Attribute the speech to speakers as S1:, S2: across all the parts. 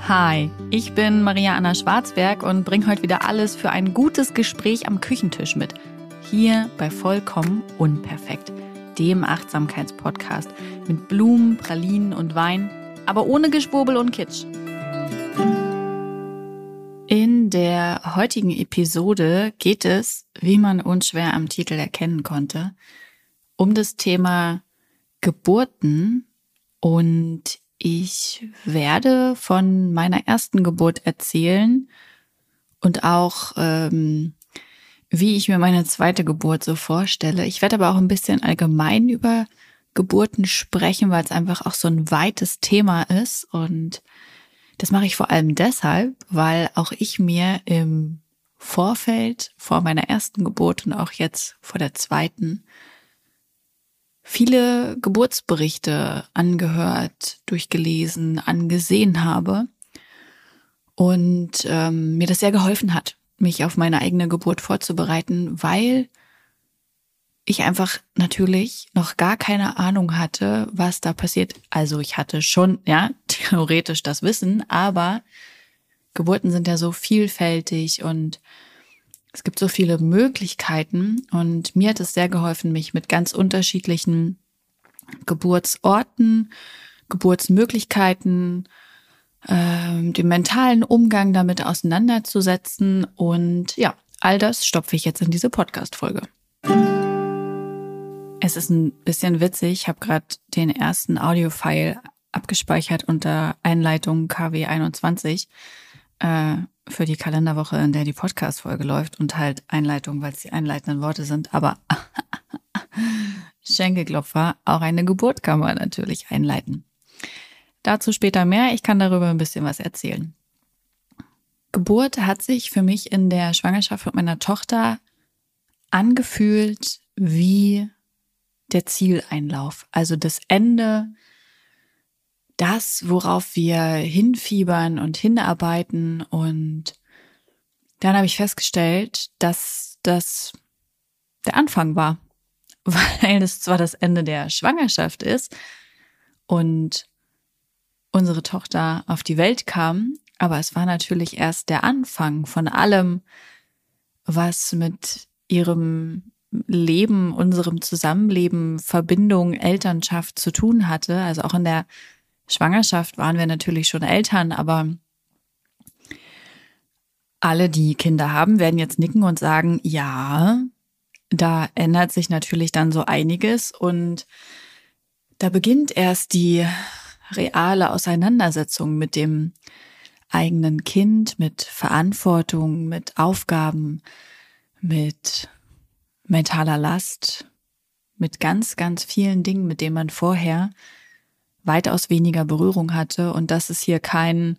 S1: Hi, ich bin Maria Anna Schwarzberg und bringe heute wieder alles für ein gutes Gespräch am Küchentisch mit. Hier bei Vollkommen Unperfekt, dem Achtsamkeitspodcast mit Blumen, Pralinen und Wein, aber ohne Geschwurbel und Kitsch. In der heutigen Episode geht es, wie man unschwer am Titel erkennen konnte, um das Thema Geburten, und ich werde von meiner ersten Geburt erzählen und auch, wie ich mir meine zweite Geburt so vorstelle. Ich werde aber auch ein bisschen allgemein über Geburten sprechen, weil es einfach auch so ein weites Thema ist. Und das mache ich vor allem deshalb, weil auch ich mir im Vorfeld vor meiner ersten Geburt und auch jetzt vor der zweiten viele Geburtsberichte angehört, durchgelesen, angesehen habe und mir das sehr geholfen hat, mich auf meine eigene Geburt vorzubereiten, weil ich einfach natürlich noch gar keine Ahnung hatte, was da passiert. Also ich hatte schon, theoretisch das Wissen, aber Geburten sind ja so vielfältig und es gibt so viele Möglichkeiten, und mir hat es sehr geholfen, mich mit ganz unterschiedlichen Geburtsorten, Geburtsmöglichkeiten, dem mentalen Umgang damit auseinanderzusetzen. Und ja, all das stopfe ich jetzt in diese Podcast-Folge. Es ist ein bisschen witzig, ich habe gerade den ersten Audio-File abgespeichert unter Einleitung KW 21 für die Kalenderwoche, in der die Podcast-Folge läuft, und halt Einleitung, weil es die einleitenden Worte sind. Aber Schenkelklopfer, auch eine Geburt kann man natürlich einleiten. Dazu später mehr, ich kann darüber ein bisschen was erzählen. Geburt hat sich für mich in der Schwangerschaft mit meiner Tochter angefühlt wie der Zieleinlauf, also das Ende, das, worauf wir hinfiebern und hinarbeiten. Und dann habe ich festgestellt, dass das der Anfang war, weil es zwar das Ende der Schwangerschaft ist und unsere Tochter auf die Welt kam, aber es war natürlich erst der Anfang von allem, was mit ihrem Leben, unserem Zusammenleben, Verbindung, Elternschaft zu tun hatte. Also auch in der Schwangerschaft waren wir natürlich schon Eltern, aber alle, die Kinder haben, werden jetzt nicken und sagen, ja, da ändert sich natürlich dann so einiges und da beginnt erst die reale Auseinandersetzung mit dem eigenen Kind, mit Verantwortung, mit Aufgaben, mit mentaler Last, mit ganz, ganz vielen Dingen, mit denen man vorher weitaus weniger Berührung hatte. Und das ist hier kein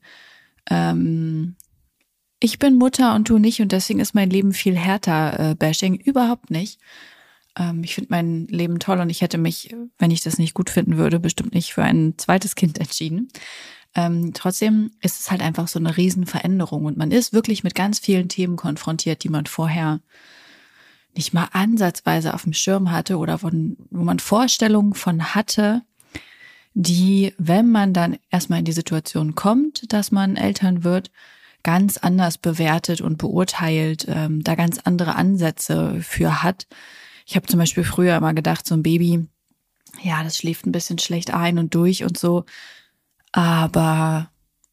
S1: ich bin Mutter und du nicht und deswegen ist mein Leben viel härter Bashing. Überhaupt nicht. Ich finde mein Leben toll und ich hätte mich, wenn ich das nicht gut finden würde, bestimmt nicht für ein zweites Kind entschieden. Trotzdem ist es halt einfach so eine Riesenveränderung und man ist wirklich mit ganz vielen Themen konfrontiert, die man vorher nicht mal ansatzweise auf dem Schirm hatte oder wo man Vorstellungen von hatte, die, wenn man dann erstmal in die Situation kommt, dass man Eltern wird, ganz anders bewertet und beurteilt, da ganz andere Ansätze für hat. Ich habe zum Beispiel früher immer gedacht, so ein Baby, ja, das schläft ein bisschen schlecht ein und durch und so, aber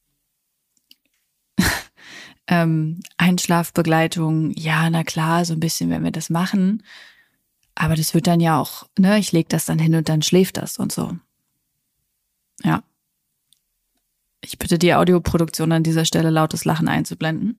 S1: Einschlafbegleitung, ja, na klar, so ein bisschen, wenn wir das machen, aber das wird dann ja auch, ich lege das dann hin und dann schläft das und so. Ja. Ich bitte die Audioproduktion an dieser Stelle lautes Lachen einzublenden.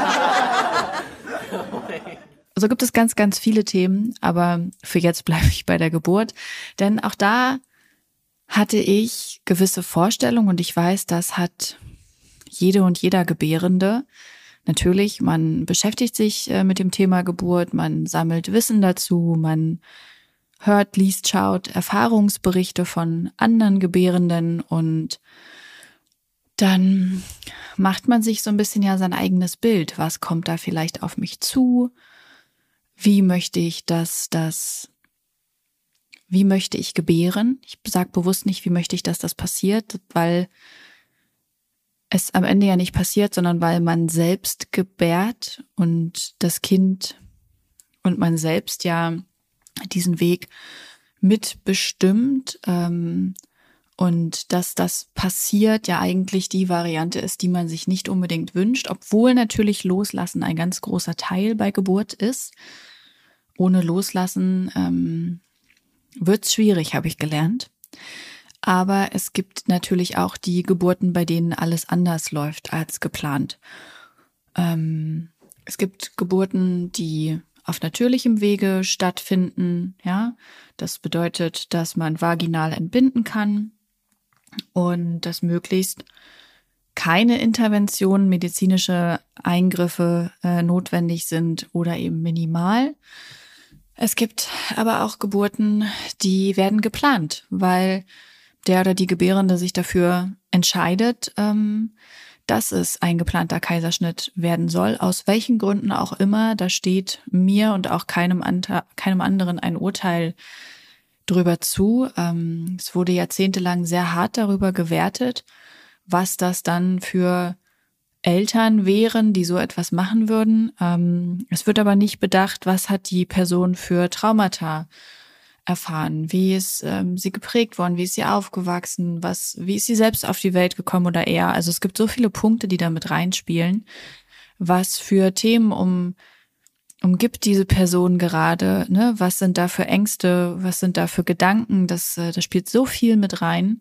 S1: So gibt es ganz, ganz viele Themen, aber für jetzt bleibe ich bei der Geburt, denn auch da hatte ich gewisse Vorstellungen und ich weiß, das hat jede und jeder Gebärende. Natürlich, man beschäftigt sich mit dem Thema Geburt, man sammelt Wissen dazu, man hört, liest, schaut Erfahrungsberichte von anderen Gebärenden und dann macht man sich so ein bisschen ja sein eigenes Bild. Was kommt da vielleicht auf mich zu? Wie möchte ich wie möchte ich gebären? Ich sage bewusst nicht, wie möchte ich, dass das passiert, weil es am Ende ja nicht passiert, sondern weil man selbst gebärt und das Kind und man selbst ja diesen Weg mitbestimmt, und dass das passiert ja eigentlich die Variante ist, die man sich nicht unbedingt wünscht, obwohl natürlich Loslassen ein ganz großer Teil bei Geburt ist. Ohne Loslassen wird's schwierig, habe ich gelernt. Aber es gibt natürlich auch die Geburten, bei denen alles anders läuft als geplant. Es gibt Geburten, die auf natürlichem Wege stattfinden. Ja, das bedeutet, dass man vaginal entbinden kann und dass möglichst keine Interventionen, medizinische Eingriffe notwendig sind oder eben minimal. Es gibt aber auch Geburten, die werden geplant, weil der oder die Gebärende sich dafür entscheidet, dass es ein geplanter Kaiserschnitt werden soll, aus welchen Gründen auch immer. Da steht mir und auch keinem anderen ein Urteil drüber zu. Es wurde jahrzehntelang sehr hart darüber gewertet, was das dann für Eltern wären, die so etwas machen würden. Es wird aber nicht bedacht, was hat die Person für Traumata erfahren, wie ist sie geprägt worden, wie ist sie aufgewachsen, wie ist sie selbst auf die Welt gekommen oder eher. Also es gibt so viele Punkte, die da mit reinspielen, was für Themen umgibt diese Person gerade, ne? Was sind da für Ängste, was sind da für Gedanken, das spielt so viel mit rein.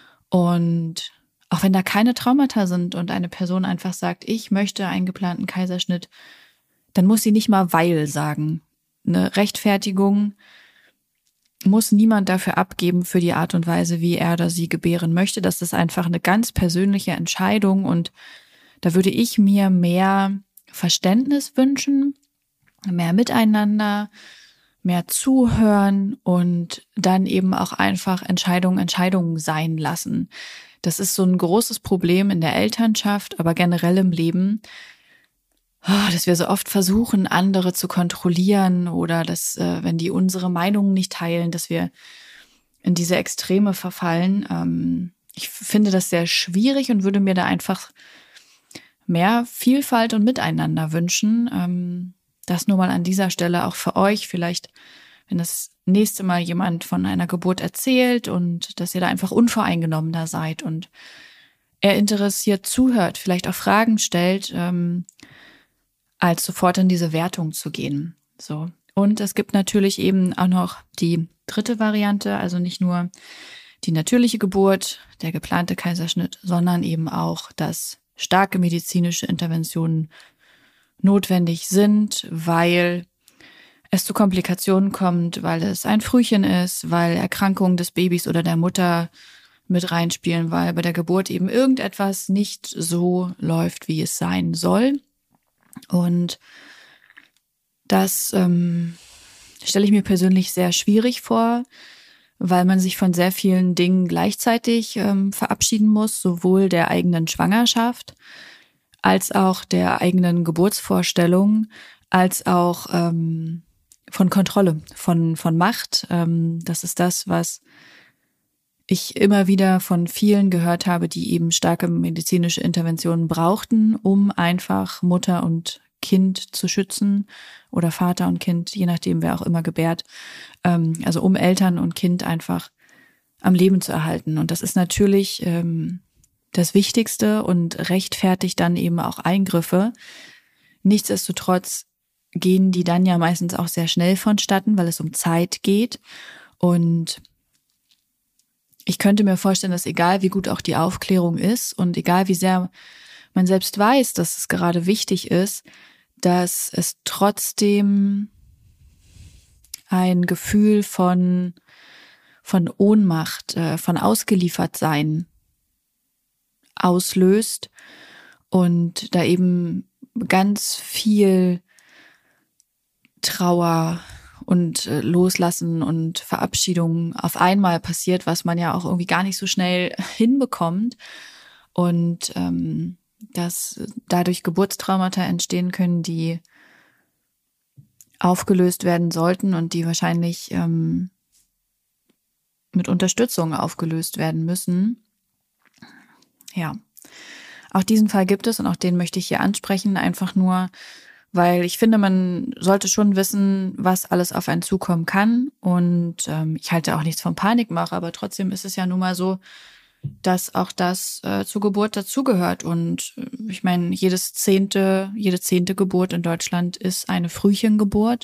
S1: Und auch wenn da keine Traumata sind und eine Person einfach sagt, ich möchte einen geplanten Kaiserschnitt, dann muss sie nicht mal weil sagen. Eine Rechtfertigung muss niemand dafür abgeben für die Art und Weise, wie er oder sie gebären möchte. Das ist einfach eine ganz persönliche Entscheidung und da würde ich mir mehr Verständnis wünschen, mehr Miteinander, mehr zuhören und dann eben auch einfach Entscheidungen sein lassen. Das ist so ein großes Problem in der Elternschaft, aber generell im Leben, dass wir so oft versuchen, andere zu kontrollieren oder dass, wenn die unsere Meinungen nicht teilen, dass wir in diese Extreme verfallen. Ich finde das sehr schwierig und würde mir da einfach mehr Vielfalt und Miteinander wünschen. Das nur mal an dieser Stelle auch für euch. Vielleicht, wenn das nächste Mal jemand von einer Geburt erzählt und dass ihr da einfach unvoreingenommener seid und er interessiert zuhört, vielleicht auch Fragen stellt, als sofort in diese Wertung zu gehen. So. Und es gibt natürlich eben auch noch die dritte Variante, also nicht nur die natürliche Geburt, der geplante Kaiserschnitt, sondern eben auch, dass starke medizinische Interventionen notwendig sind, weil es zu Komplikationen kommt, weil es ein Frühchen ist, weil Erkrankungen des Babys oder der Mutter mit reinspielen, weil bei der Geburt eben irgendetwas nicht so läuft, wie es sein soll. Und das stelle ich mir persönlich sehr schwierig vor, weil man sich von sehr vielen Dingen gleichzeitig verabschieden muss, sowohl der eigenen Schwangerschaft als auch der eigenen Geburtsvorstellung, als auch von Kontrolle, von Macht. Das ist das, was ich immer wieder von vielen gehört habe, die eben starke medizinische Interventionen brauchten, um einfach Mutter und Kind zu schützen oder Vater und Kind, je nachdem, wer auch immer gebärt. Also um Eltern und Kind einfach am Leben zu erhalten. Und das ist natürlich das Wichtigste und rechtfertigt dann eben auch Eingriffe. Nichtsdestotrotz gehen die dann ja meistens auch sehr schnell vonstatten, weil es um Zeit geht. Und ich könnte mir vorstellen, dass egal wie gut auch die Aufklärung ist und egal wie sehr man selbst weiß, dass es gerade wichtig ist, dass es trotzdem ein Gefühl von Ohnmacht, von Ausgeliefertsein auslöst und da eben ganz viel Trauer und Loslassen und Verabschiedung auf einmal passiert, was man ja auch irgendwie gar nicht so schnell hinbekommt und dass dadurch Geburtstraumata entstehen können, die aufgelöst werden sollten und die wahrscheinlich mit Unterstützung aufgelöst werden müssen. Ja, Auch diesen Fall gibt es und auch den möchte ich hier ansprechen, einfach nur, weil ich finde, man sollte schon wissen, was alles auf einen zukommen kann. Und ich halte auch nichts von Panikmache, aber trotzdem ist es ja nun mal so, dass auch das zur Geburt dazugehört. Und ich meine, jede zehnte Geburt in Deutschland ist eine Frühchengeburt.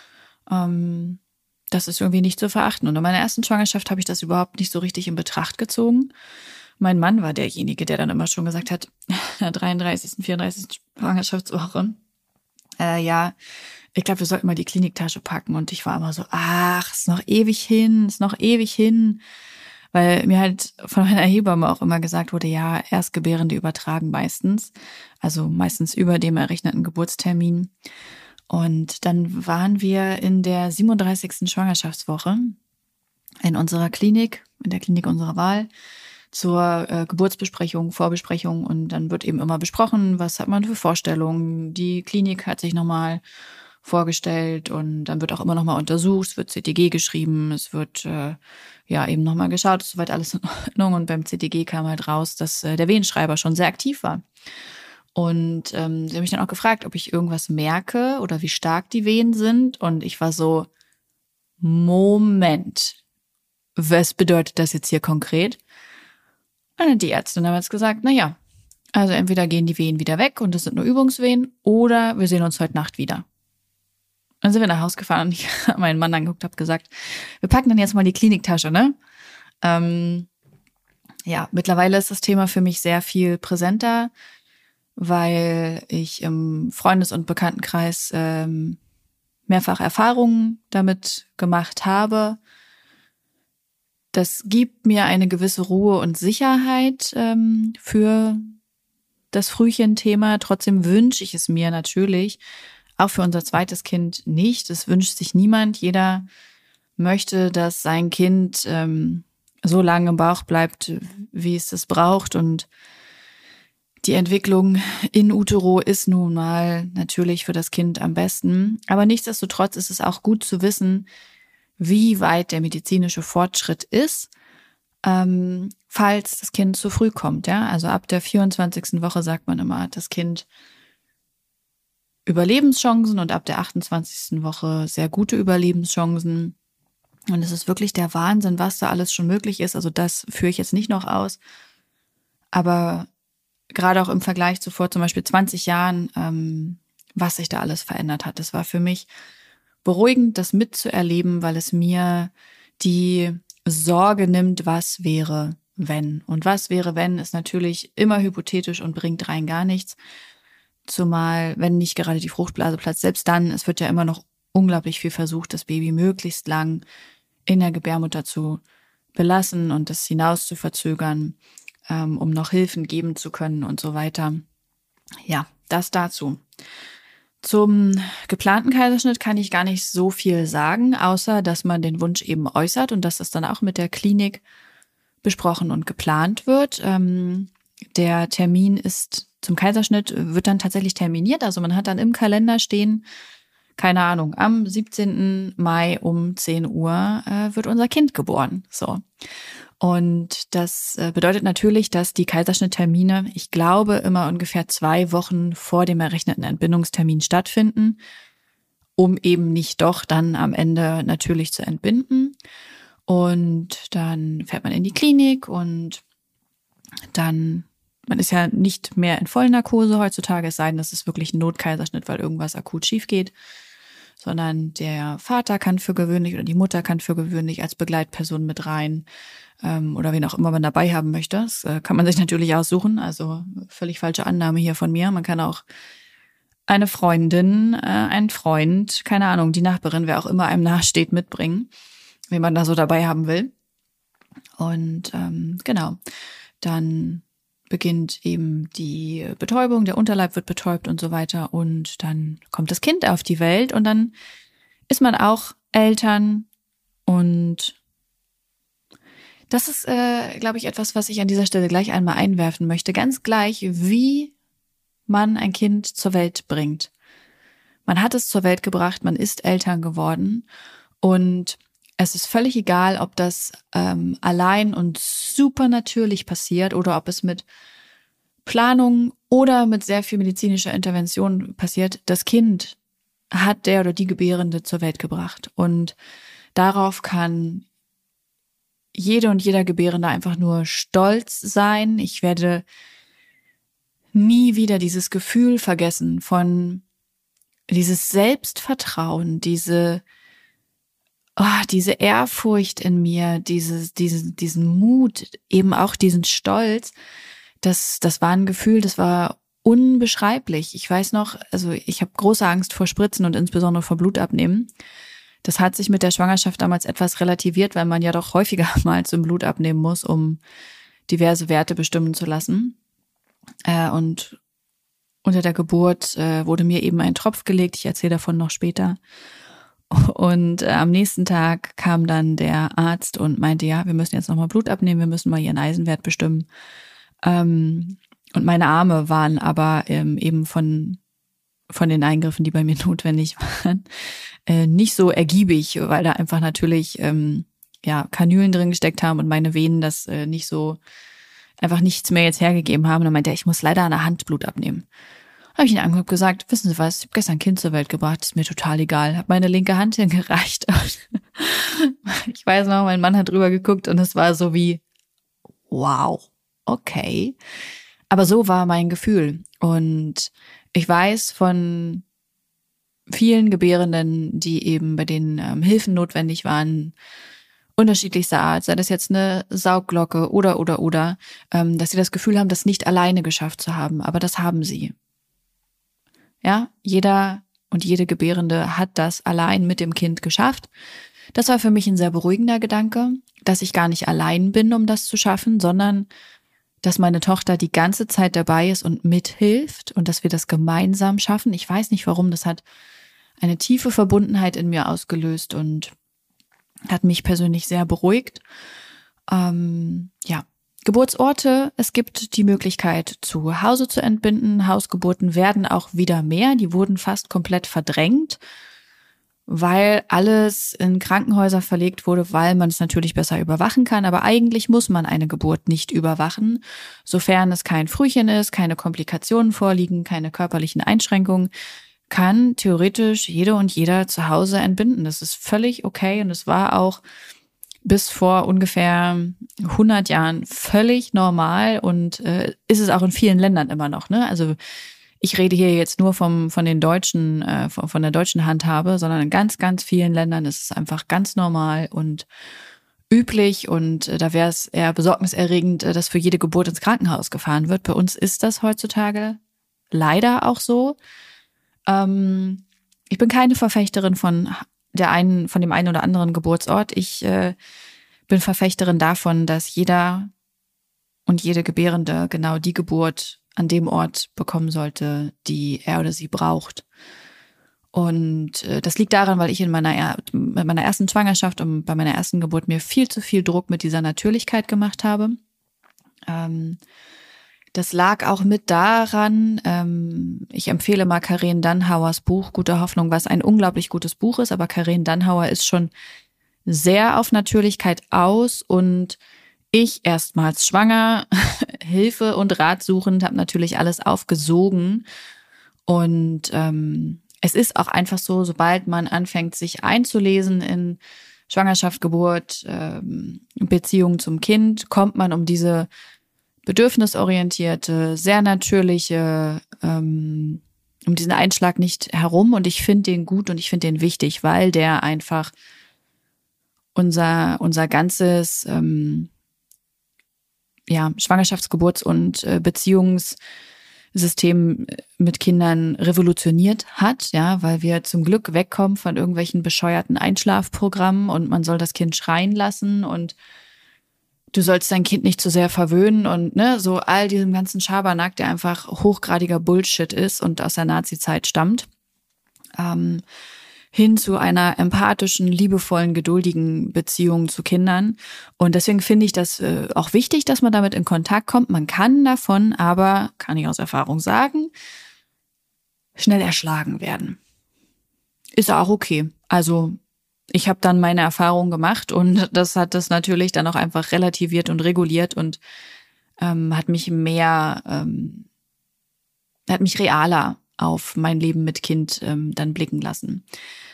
S1: Das ist irgendwie nicht zu verachten. Und in meiner ersten Schwangerschaft habe ich das überhaupt nicht so richtig in Betracht gezogen. Mein Mann war derjenige, der dann immer schon gesagt hat, in der 33., 34. Schwangerschaftswoche, ja, ich glaube, wir sollten mal die Kliniktasche packen. Und ich war immer so, ach, ist noch ewig hin. Weil mir halt von meiner Hebamme auch immer gesagt wurde, ja, Erstgebärende übertragen meistens. Also meistens über dem errechneten Geburtstermin. Und dann waren wir in der 37. Schwangerschaftswoche in unserer Klinik, in der Klinik unserer Wahl, zur Geburtsbesprechung, Vorbesprechung. Und dann wird eben immer besprochen, was hat man für Vorstellungen. Die Klinik hat sich nochmal vorgestellt und dann wird auch immer nochmal untersucht, es wird CTG geschrieben, es wird eben nochmal geschaut, ist soweit alles in Ordnung. Und beim CTG kam halt raus, dass der Venenschreiber schon sehr aktiv war. Und sie haben mich dann auch gefragt, ob ich irgendwas merke oder wie stark die Venen sind. Und ich war so, Moment, was bedeutet das jetzt hier konkret? Und die Ärztin haben jetzt gesagt, naja, also entweder gehen die Venen wieder weg und das sind nur Übungsvenen oder wir sehen uns heute Nacht wieder. Dann sind wir nach Hause gefahren und ich habe meinen Mann angeguckt, habe gesagt, wir packen dann jetzt mal die Kliniktasche, ne? Mittlerweile ist das Thema für mich sehr viel präsenter, weil ich im Freundes- und Bekanntenkreis mehrfach Erfahrungen damit gemacht habe. Das gibt mir eine gewisse Ruhe und Sicherheit für das Frühchen-Thema. Trotzdem wünsche ich es mir natürlich, auch für unser zweites Kind nicht. Es wünscht sich niemand. Jeder möchte, dass sein Kind so lange im Bauch bleibt, wie es das braucht. Und die Entwicklung in utero ist nun mal natürlich für das Kind am besten. Aber nichtsdestotrotz ist es auch gut zu wissen, wie weit der medizinische Fortschritt ist, falls das Kind zu früh kommt. Ja? Also ab der 24. Woche sagt man immer, hat das Kind Überlebenschancen und ab der 28. Woche sehr gute Überlebenschancen. Und es ist wirklich der Wahnsinn, was da alles schon möglich ist. Also das führe ich jetzt nicht noch aus. Aber gerade auch im Vergleich zu vor zum Beispiel 20 Jahren, was sich da alles verändert hat. Das war für mich beruhigend, das mitzuerleben, weil es mir die Sorge nimmt, was wäre, wenn. Und was wäre, wenn, ist natürlich immer hypothetisch und bringt rein gar nichts. Zumal, wenn nicht gerade die Fruchtblase platzt, selbst dann, es wird ja immer noch unglaublich viel versucht, das Baby möglichst lang in der Gebärmutter zu belassen und das hinaus zu verzögern, um noch Hilfen geben zu können und so weiter. Ja, das dazu. Zum geplanten Kaiserschnitt kann ich gar nicht so viel sagen, außer dass man den Wunsch eben äußert und dass das dann auch mit der Klinik besprochen und geplant wird. Der Termin ist zum Kaiserschnitt, wird dann tatsächlich terminiert. Also man hat dann im Kalender stehen, keine Ahnung, am 17. Mai um 10 Uhr wird unser Kind geboren. So. Und das bedeutet natürlich, dass die Kaiserschnitttermine, ich glaube, immer ungefähr 2 Wochen vor dem errechneten Entbindungstermin stattfinden, um eben nicht doch dann am Ende natürlich zu entbinden. Und dann fährt man in die Klinik und dann, man ist ja nicht mehr in Vollnarkose heutzutage, es sei denn, das ist wirklich ein Notkaiserschnitt, weil irgendwas akut schief geht, sondern der Vater kann für gewöhnlich oder die Mutter kann für gewöhnlich als Begleitperson mit rein oder wen auch immer man dabei haben möchte. Das kann man sich natürlich aussuchen, also völlig falsche Annahme hier von mir. Man kann auch eine Freundin, einen Freund, keine Ahnung, die Nachbarin, wer auch immer einem nahesteht, mitbringen, wen man da so dabei haben will. Und genau, dann beginnt eben die Betäubung, der Unterleib wird betäubt und so weiter und dann kommt das Kind auf die Welt und dann ist man auch Eltern und das ist, glaube ich, etwas, was ich an dieser Stelle gleich einmal einwerfen möchte, ganz gleich, wie man ein Kind zur Welt bringt. Man hat es zur Welt gebracht, man ist Eltern geworden und es ist völlig egal, ob das allein und super natürlich passiert oder ob es mit Planung oder mit sehr viel medizinischer Intervention passiert. Das Kind hat der oder die Gebärende zur Welt gebracht. Und darauf kann jede und jeder Gebärende einfach nur stolz sein. Ich werde nie wieder dieses Gefühl vergessen von dieses Selbstvertrauen, diese Ehrfurcht in mir, diesen Mut, eben auch diesen Stolz. Das war ein Gefühl, das war unbeschreiblich. Ich weiß noch, also ich habe große Angst vor Spritzen und insbesondere vor Blutabnehmen. Das hat sich mit der Schwangerschaft damals etwas relativiert, weil man ja doch häufiger mal zum Blut abnehmen muss, um diverse Werte bestimmen zu lassen. Und unter der Geburt wurde mir eben ein Tropf gelegt. Ich erzähle davon noch später. Und am nächsten Tag kam dann der Arzt und meinte, ja, wir müssen jetzt nochmal Blut abnehmen, wir müssen mal ihren Eisenwert bestimmen. Und meine Arme waren aber eben von den Eingriffen, die bei mir notwendig waren, nicht so ergiebig, weil da einfach natürlich Kanülen drin gesteckt haben und meine Venen das nicht so, einfach nichts mehr jetzt hergegeben haben. Und dann meinte er, ich muss leider an der Hand Blut abnehmen. Habe ich ihn angeguckt und gesagt, wissen Sie was, ich habe gestern ein Kind zur Welt gebracht, ist mir total egal. Habe meine linke Hand hingereicht. Ich weiß noch, mein Mann hat drüber geguckt und es war so wie, wow, okay. Aber so war mein Gefühl. Und ich weiß von vielen Gebärenden, die eben bei denen Hilfen notwendig waren, unterschiedlichster Art, sei das jetzt eine Saugglocke oder, dass sie das Gefühl haben, das nicht alleine geschafft zu haben. Aber das haben sie. Ja, jeder und jede Gebärende hat das allein mit dem Kind geschafft. Das war für mich ein sehr beruhigender Gedanke, dass ich gar nicht allein bin, um das zu schaffen, sondern dass meine Tochter die ganze Zeit dabei ist und mithilft und dass wir das gemeinsam schaffen. Ich weiß nicht warum, das hat eine tiefe Verbundenheit in mir ausgelöst und hat mich persönlich sehr beruhigt. Geburtsorte, es gibt die Möglichkeit, zu Hause zu entbinden. Hausgeburten werden auch wieder mehr. Die wurden fast komplett verdrängt, weil alles in Krankenhäuser verlegt wurde, weil man es natürlich besser überwachen kann. Aber eigentlich muss man eine Geburt nicht überwachen, sofern es kein Frühchen ist, keine Komplikationen vorliegen, keine körperlichen Einschränkungen, kann theoretisch jede und jeder zu Hause entbinden. Das ist völlig okay und es war auch bis vor ungefähr 100 Jahren völlig normal und ist es auch in vielen Ländern immer noch, ne? Also ich rede hier jetzt nur von den deutschen, von der deutschen Handhabe, sondern in ganz, ganz vielen Ländern ist es einfach ganz normal und üblich und da wäre es eher besorgniserregend, dass für jede Geburt ins Krankenhaus gefahren wird. Bei uns ist das heutzutage leider auch so. Ich bin keine Verfechterin von dem einen oder anderen Geburtsort. Ich bin Verfechterin davon, dass jeder und jede Gebärende genau die Geburt an dem Ort bekommen sollte, die er oder sie braucht. Und das liegt daran, weil ich mit meiner ersten Schwangerschaft und bei meiner ersten Geburt mir viel zu viel Druck mit dieser Natürlichkeit gemacht habe. Das lag auch mit daran, ich empfehle mal Karen Dannhauers Buch Gute Hoffnung, was ein unglaublich gutes Buch ist, aber Karen Dannhauer ist schon sehr auf Natürlichkeit aus und ich erstmals schwanger, Hilfe und Rat suchend, habe natürlich alles aufgesogen und es ist auch einfach so, sobald man anfängt, sich einzulesen in Schwangerschaft, Geburt, Beziehung zum Kind, kommt man um diese bedürfnisorientierte, sehr natürliche, um diesen Einschlag nicht herum. Und ich finde den gut und ich finde den wichtig, weil der einfach unser ganzes Schwangerschafts-, Geburts- und Beziehungssystem mit Kindern revolutioniert hat, ja, weil wir zum Glück wegkommen von irgendwelchen bescheuerten Einschlafprogrammen und man soll das Kind schreien lassen und du sollst dein Kind nicht zu sehr verwöhnen und ne, so all diesem ganzen Schabernack, der einfach hochgradiger Bullshit ist und aus der Nazi-Zeit stammt, hin zu einer empathischen, liebevollen, geduldigen Beziehung zu Kindern. Und deswegen finde ich das auch wichtig, dass man damit in Kontakt kommt. Man kann davon aber, kann ich aus Erfahrung sagen, schnell erschlagen werden. Ist auch okay. Also ich habe dann meine Erfahrung gemacht und das hat das natürlich dann auch einfach relativiert und reguliert und hat mich realer auf mein Leben mit Kind dann blicken lassen.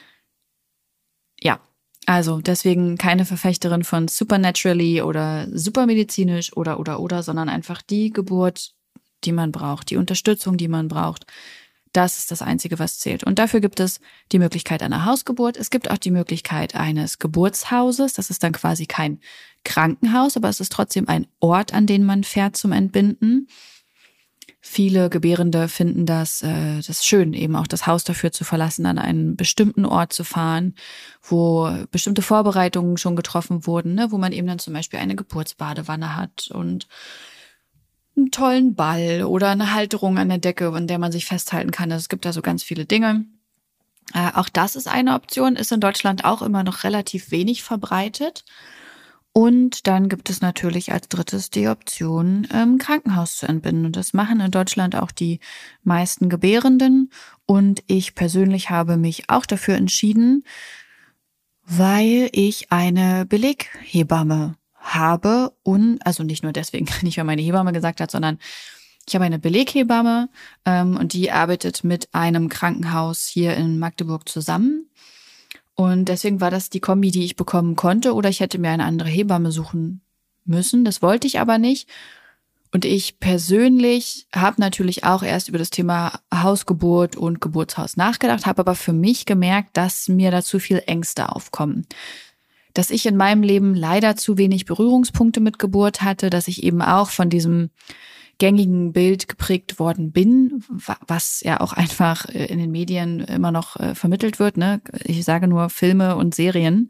S1: Ja, also deswegen keine Verfechterin von supernaturally oder supermedizinisch oder, sondern einfach die Geburt, die man braucht, die Unterstützung, die man braucht. Das ist das Einzige, was zählt. Und dafür gibt es die Möglichkeit einer Hausgeburt. Es gibt auch die Möglichkeit eines Geburtshauses. Das ist dann quasi kein Krankenhaus, aber es ist trotzdem ein Ort, an den man fährt zum Entbinden. Viele Gebärende finden das schön, eben auch das Haus dafür zu verlassen, an einen bestimmten Ort zu fahren, wo bestimmte Vorbereitungen schon getroffen wurden, ne, wo man eben dann zum Beispiel eine Geburtsbadewanne hat und einen tollen Ball oder eine Halterung an der Decke, an der man sich festhalten kann. Also es gibt da so ganz viele Dinge. Auch das ist eine Option, ist in Deutschland auch immer noch relativ wenig verbreitet. Und dann gibt es natürlich als drittes die Option, im Krankenhaus zu entbinden. Und das machen in Deutschland auch die meisten Gebärenden. Und ich persönlich habe mich auch dafür entschieden, weil ich eine Beleghebamme habe und, also nicht nur deswegen, nicht weil meine Hebamme gesagt hat, sondern ich habe eine Beleghebamme und die arbeitet mit einem Krankenhaus hier in Magdeburg zusammen. Und deswegen war das die Kombi, die ich bekommen konnte, oder ich hätte mir eine andere Hebamme suchen müssen. Das wollte ich aber nicht. Und ich persönlich habe natürlich auch erst über das Thema Hausgeburt und Geburtshaus nachgedacht, habe aber für mich gemerkt, dass mir da zu viel Ängste aufkommen. Dass ich in meinem Leben leider zu wenig Berührungspunkte mit Geburt hatte, dass ich eben auch von diesem gängigen Bild geprägt worden bin, was ja auch einfach in den Medien immer noch vermittelt wird, ne? Ich sage nur Filme und Serien.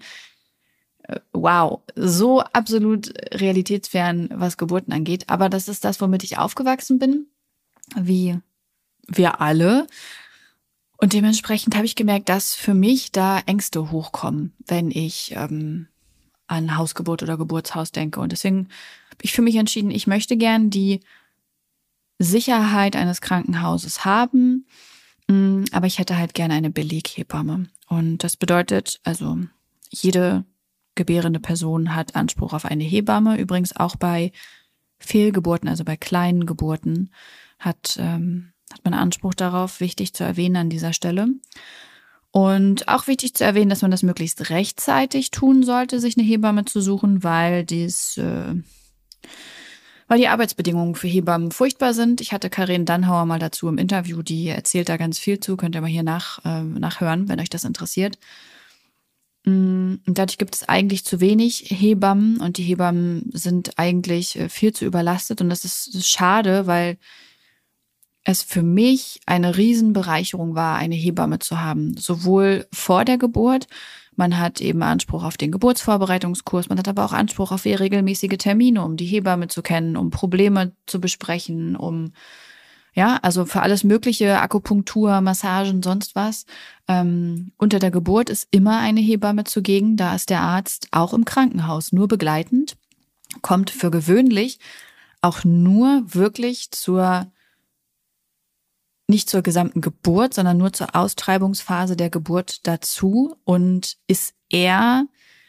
S1: Wow, so absolut realitätsfern, was Geburten angeht. Aber das ist das, womit ich aufgewachsen bin, wie wir alle. Und dementsprechend habe ich gemerkt, dass für mich da Ängste hochkommen, wenn ich an Hausgeburt oder Geburtshaus denke. Und deswegen habe ich für mich entschieden, ich möchte gern die Sicherheit eines Krankenhauses haben, aber ich hätte halt gerne eine Beleghebamme. Und das bedeutet, also jede gebärende Person hat Anspruch auf eine Hebamme. Übrigens auch bei Fehlgeburten, also bei kleinen Geburten, hat man Anspruch darauf, wichtig zu erwähnen an dieser Stelle. Und auch wichtig zu erwähnen, dass man das möglichst rechtzeitig tun sollte, sich eine Hebamme zu suchen, weil die Arbeitsbedingungen für Hebammen furchtbar sind. Ich hatte Karin Dannhauer mal dazu im Interview, die erzählt da ganz viel zu, könnt ihr mal hier nachhören, wenn euch das interessiert. Und dadurch gibt es eigentlich zu wenig Hebammen und die Hebammen sind eigentlich viel zu überlastet und das ist schade, weil es für mich eine Riesenbereicherung war, eine Hebamme zu haben, sowohl vor der Geburt. Man hat eben Anspruch auf den Geburtsvorbereitungskurs, man hat aber auch Anspruch auf regelmäßige Termine, um die Hebamme zu kennen, um Probleme zu besprechen, also für alles Mögliche, Akupunktur, Massagen, sonst was. Unter der Geburt ist immer eine Hebamme zugegen, da ist der Arzt auch im Krankenhaus nur begleitend, kommt für gewöhnlich auch nur wirklich nicht zur gesamten Geburt, sondern nur zur Austreibungsphase der Geburt dazu und ist eher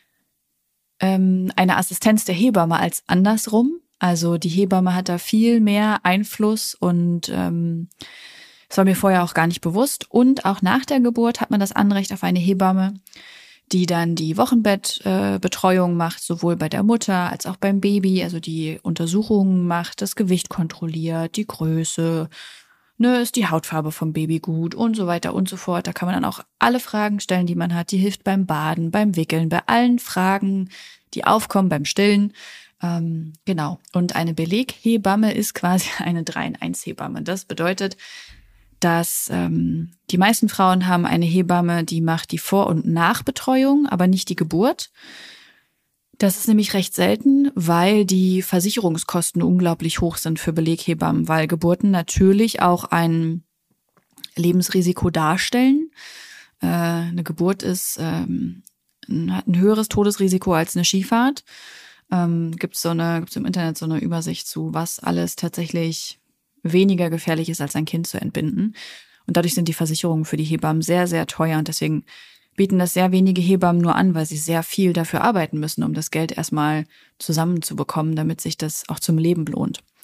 S1: eine Assistenz der Hebamme als andersrum. Also die Hebamme hat da viel mehr Einfluss und das war mir vorher auch gar nicht bewusst. Und auch nach der Geburt hat man das Anrecht auf eine Hebamme, die dann die Wochenbettbetreuung macht, sowohl bei der Mutter als auch beim Baby, also die Untersuchungen macht, das Gewicht kontrolliert, die Größe, ist die Hautfarbe vom Baby gut und so weiter und so fort. Da kann man dann auch alle Fragen stellen, die man hat. Die hilft beim Baden, beim Wickeln, bei allen Fragen, die aufkommen beim Stillen. Genau. Und eine Beleghebamme ist quasi eine 3-in-1-Hebamme. Das bedeutet, dass die meisten Frauen haben eine Hebamme, die macht die Vor- und Nachbetreuung, aber nicht die Geburt. Das ist nämlich recht selten, weil die Versicherungskosten unglaublich hoch sind für Beleghebammen, weil Geburten natürlich auch ein Lebensrisiko darstellen. Eine Geburt hat ein höheres Todesrisiko als eine Skifahrt. Gibt's im Internet so eine Übersicht zu, was alles tatsächlich weniger gefährlich ist, als ein Kind zu entbinden. Und dadurch sind die Versicherungen für die Hebammen sehr, sehr teuer und deswegen bieten das sehr wenige Hebammen nur an, weil sie sehr viel dafür arbeiten müssen, um das Geld erstmal zusammenzubekommen, damit sich das auch zum Leben lohnt.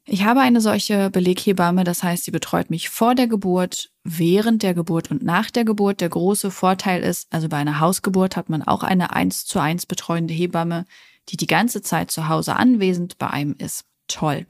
S1: Ich habe eine solche Beleghebamme, das heißt, sie betreut mich vor der Geburt, während der Geburt und nach der Geburt. Der große Vorteil ist, also bei einer Hausgeburt hat man auch eine 1:1 betreuende Hebamme, die die ganze Zeit zu Hause anwesend bei einem ist. Toll.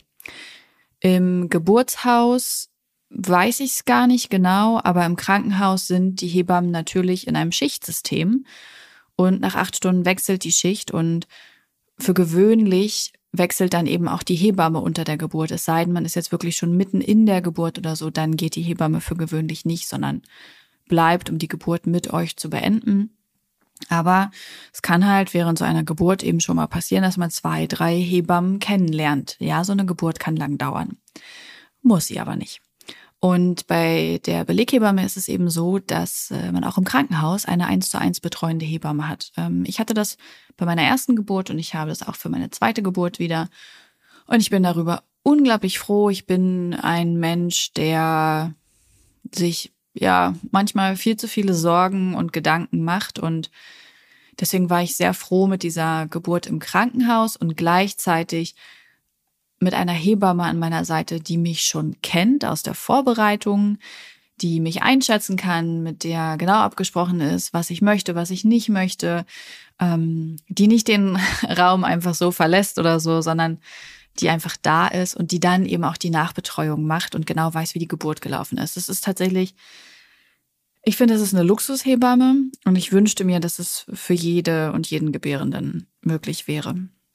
S1: Im Geburtshaus weiß ich es gar nicht genau, aber im Krankenhaus sind die Hebammen natürlich in einem Schichtsystem und nach 8 Stunden wechselt die Schicht und für gewöhnlich wechselt dann eben auch die Hebamme unter der Geburt. Es sei denn, man ist jetzt wirklich schon mitten in der Geburt oder so, dann geht die Hebamme für gewöhnlich nicht, sondern bleibt, um die Geburt mit euch zu beenden. Aber es kann halt während so einer Geburt eben schon mal passieren, dass man 2, 3 Hebammen kennenlernt. Ja, so eine Geburt kann lang dauern. Muss sie aber nicht. Und bei der Beleghebamme ist es eben so, dass man auch im Krankenhaus eine 1:1 betreuende Hebamme hat. Ich hatte das bei meiner ersten Geburt und ich habe das auch für meine zweite Geburt wieder. Und ich bin darüber unglaublich froh. Ich bin ein Mensch, der sich ja manchmal viel zu viele Sorgen und Gedanken macht. Und deswegen war ich sehr froh mit dieser Geburt im Krankenhaus und gleichzeitig mit einer Hebamme an meiner Seite, die mich schon kennt aus der Vorbereitung, die mich einschätzen kann, mit der genau abgesprochen ist, was ich möchte, was ich nicht möchte, die nicht den Raum einfach so verlässt oder so, sondern die einfach da ist und die dann eben auch die Nachbetreuung macht und genau weiß, wie die Geburt gelaufen ist. Es ist tatsächlich, ich finde, es ist eine Luxushebamme und ich wünschte mir, dass es für jede und jeden Gebärenden möglich wäre.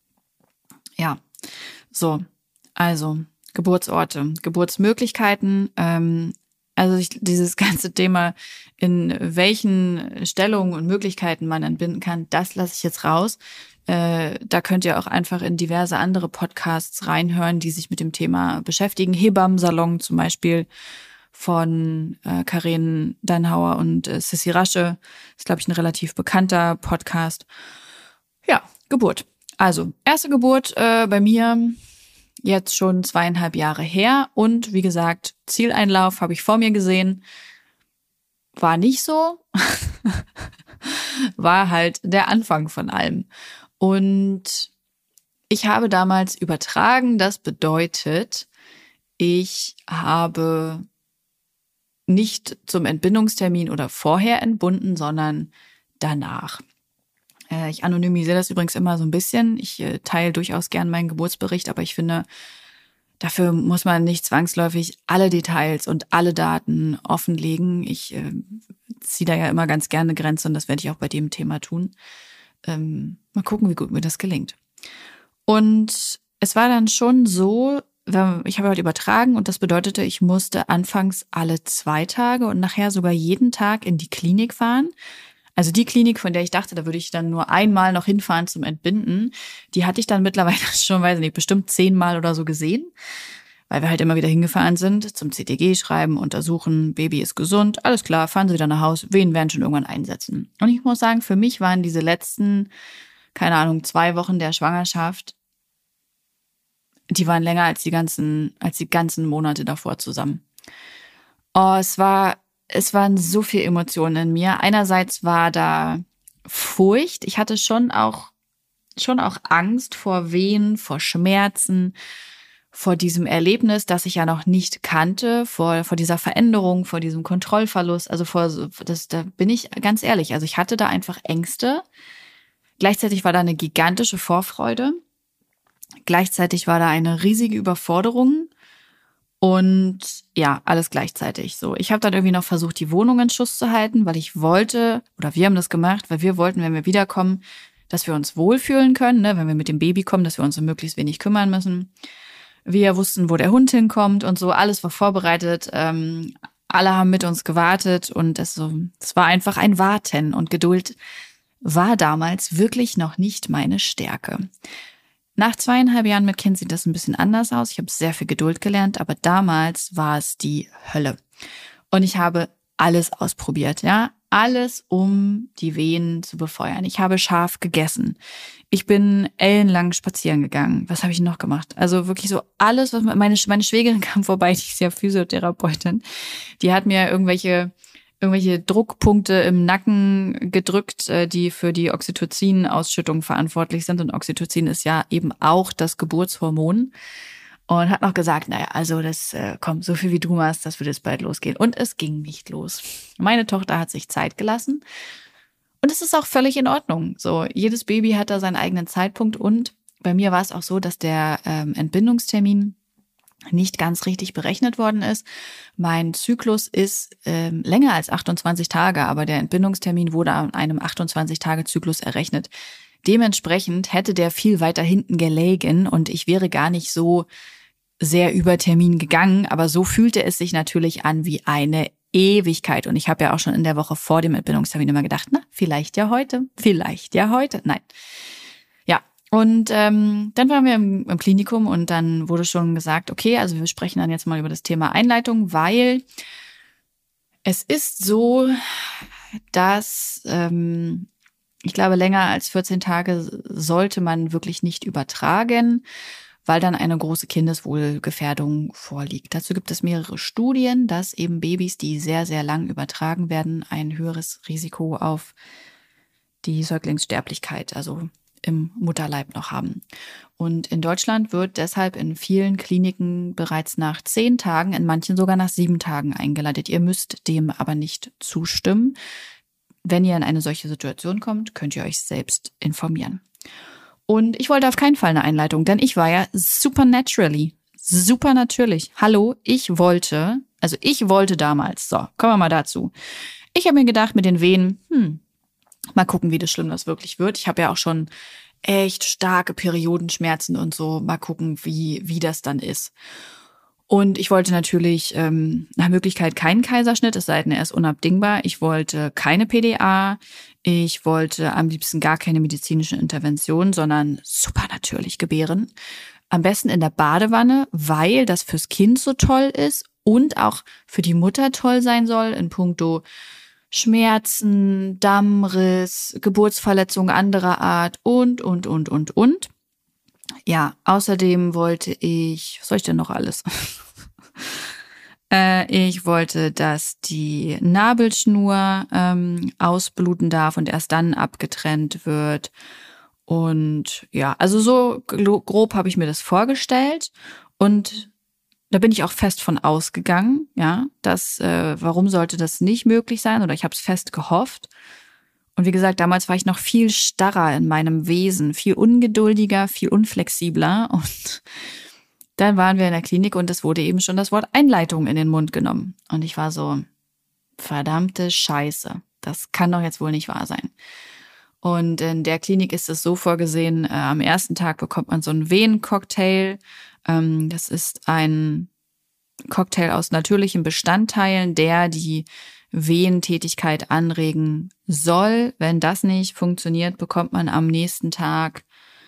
S1: Ja, so. Also, Geburtsorte, Geburtsmöglichkeiten, dieses ganze Thema, in welchen Stellungen und Möglichkeiten man entbinden kann, das lasse ich jetzt raus. Da könnt ihr auch einfach in diverse andere Podcasts reinhören, die sich mit dem Thema beschäftigen. Hebammensalon zum Beispiel von Karin Dannhauer und Sissi Rasche. Ist, glaube ich, ein relativ bekannter Podcast. Ja, Geburt. Also, erste Geburt bei mir jetzt schon 2,5 Jahre her. Und wie gesagt, Zieleinlauf habe ich vor mir gesehen. War nicht so. War halt der Anfang von allem. Und ich habe damals übertragen. Das bedeutet, ich habe nicht zum Entbindungstermin oder vorher entbunden, sondern danach. Ich anonymisiere das übrigens immer so ein bisschen. Ich teile durchaus gern meinen Geburtsbericht, aber ich finde, dafür muss man nicht zwangsläufig alle Details und alle Daten offenlegen. Ich ziehe da ja immer ganz gerne eine Grenze und das werde ich auch bei dem Thema tun. Mal gucken, wie gut mir das gelingt. Und es war dann schon so, ich habe halt übertragen und das bedeutete, ich musste anfangs alle 2 Tage und nachher sogar jeden Tag in die Klinik fahren. Also die Klinik, von der ich dachte, da würde ich dann nur einmal noch hinfahren zum Entbinden, die hatte ich dann mittlerweile schon, weiß nicht, bestimmt 10 Mal oder so gesehen, weil wir halt immer wieder hingefahren sind, zum CTG schreiben, untersuchen, Baby ist gesund, alles klar, fahren Sie wieder nach Hause, Wehen werden schon irgendwann einsetzen. Und ich muss sagen, für mich waren diese letzten, keine Ahnung, 2 Wochen der Schwangerschaft, die waren länger als die ganzen Monate davor zusammen. Oh, es waren so viele Emotionen in mir. Einerseits war da Furcht. Ich hatte schon auch Angst vor Wehen, vor Schmerzen, vor diesem Erlebnis, das ich ja noch nicht kannte, vor dieser Veränderung, vor diesem Kontrollverlust. Also da bin ich ganz ehrlich. Also ich hatte da einfach Ängste. Gleichzeitig war da eine gigantische Vorfreude. Gleichzeitig war da eine riesige Überforderung. Und ja, alles gleichzeitig so. Ich habe dann irgendwie noch versucht, die Wohnung in Schuss zu halten, weil ich wollte, oder wir haben das gemacht, weil wir wollten, wenn wir wiederkommen, dass wir uns wohlfühlen können, ne? Wenn wir mit dem Baby kommen, dass wir uns um möglichst wenig kümmern müssen. Wir wussten, wo der Hund hinkommt und so, alles war vorbereitet. Alle haben mit uns gewartet und es war einfach ein Warten. Und Geduld war damals wirklich noch nicht meine Stärke. Nach 2,5 Jahren mit Kind sieht das ein bisschen anders aus. Ich habe sehr viel Geduld gelernt, aber damals war es die Hölle. Und ich habe alles ausprobiert, ja. Alles, um die Wehen zu befeuern. Ich habe scharf gegessen. Ich bin ellenlang spazieren gegangen. Was habe ich noch gemacht? Also wirklich so alles, was meine Schwägerin kam vorbei, die ist ja Physiotherapeutin. Die hat mir irgendwelche Druckpunkte im Nacken gedrückt, die für die Oxytocin-Ausschüttung verantwortlich sind. Und Oxytocin ist ja eben auch das Geburtshormon. Und hat noch gesagt, naja, also das kommt, so viel wie du machst, das wird jetzt bald losgehen. Und es ging nicht los. Meine Tochter hat sich Zeit gelassen. Und es ist auch völlig in Ordnung. So, jedes Baby hat da seinen eigenen Zeitpunkt. Und bei mir war es auch so, dass der Entbindungstermin nicht ganz richtig berechnet worden ist. Mein Zyklus ist länger als 28 Tage, aber der Entbindungstermin wurde an einem 28-Tage-Zyklus errechnet. Dementsprechend hätte der viel weiter hinten gelegen und ich wäre gar nicht so sehr über Termin gegangen, aber so fühlte es sich natürlich an wie eine Ewigkeit. Und ich habe ja auch schon in der Woche vor dem Entbindungstermin immer gedacht, na, vielleicht ja heute. Nein. Ja, und dann waren wir im Klinikum und dann wurde schon gesagt, okay, also wir sprechen dann jetzt mal über das Thema Einleitung, weil es ist so, dass ich glaube, länger als 14 Tage sollte man wirklich nicht übertragen, weil dann eine große Kindeswohlgefährdung vorliegt. Dazu gibt es mehrere Studien, dass eben Babys, die sehr, sehr lang übertragen werden, ein höheres Risiko auf die Säuglingssterblichkeit, also im Mutterleib noch haben. Und in Deutschland wird deshalb in vielen Kliniken bereits nach 10 Tagen, in manchen sogar nach 7 Tagen eingeleitet. Ihr müsst dem aber nicht zustimmen. Wenn ihr in eine solche Situation kommt, könnt ihr euch selbst informieren. Und ich wollte auf keinen Fall eine Einleitung, denn ich war ja super natürlich. Hallo, ich wollte damals, so, kommen wir mal dazu. Ich habe mir gedacht, mit den Wehen, mal gucken, wie das schlimm das wirklich wird. Ich habe ja auch schon echt starke Periodenschmerzen und so, mal gucken, wie das dann ist. Und ich wollte natürlich nach Möglichkeit keinen Kaiserschnitt, es sei denn, er ist unabdingbar. Ich wollte keine PDA. Ich wollte am liebsten gar keine medizinische Intervention, sondern super natürlich gebären. Am besten in der Badewanne, weil das fürs Kind so toll ist und auch für die Mutter toll sein soll in puncto Schmerzen, Dammriss, Geburtsverletzung anderer Art und. Ja, außerdem wollte ich, was soll ich denn noch alles? Ich wollte, dass die Nabelschnur ausbluten darf und erst dann abgetrennt wird. Und ja, also so grob habe ich mir das vorgestellt. Und da bin ich auch fest von ausgegangen, ja, dass, warum sollte das nicht möglich sein? Oder ich habe es fest gehofft. Und wie gesagt, damals war ich noch viel starrer in meinem Wesen, viel ungeduldiger, viel unflexibler. Und dann waren wir in der Klinik und es wurde eben schon das Wort Einleitung in den Mund genommen. Und ich war so, verdammte Scheiße, das kann doch jetzt wohl nicht wahr sein. Und in der Klinik ist es so vorgesehen, am ersten Tag bekommt man so einen Wehencocktail. Das ist ein Cocktail aus natürlichen Bestandteilen, der die Wehentätigkeit anregen soll. Wenn das nicht funktioniert, bekommt man am nächsten Tag,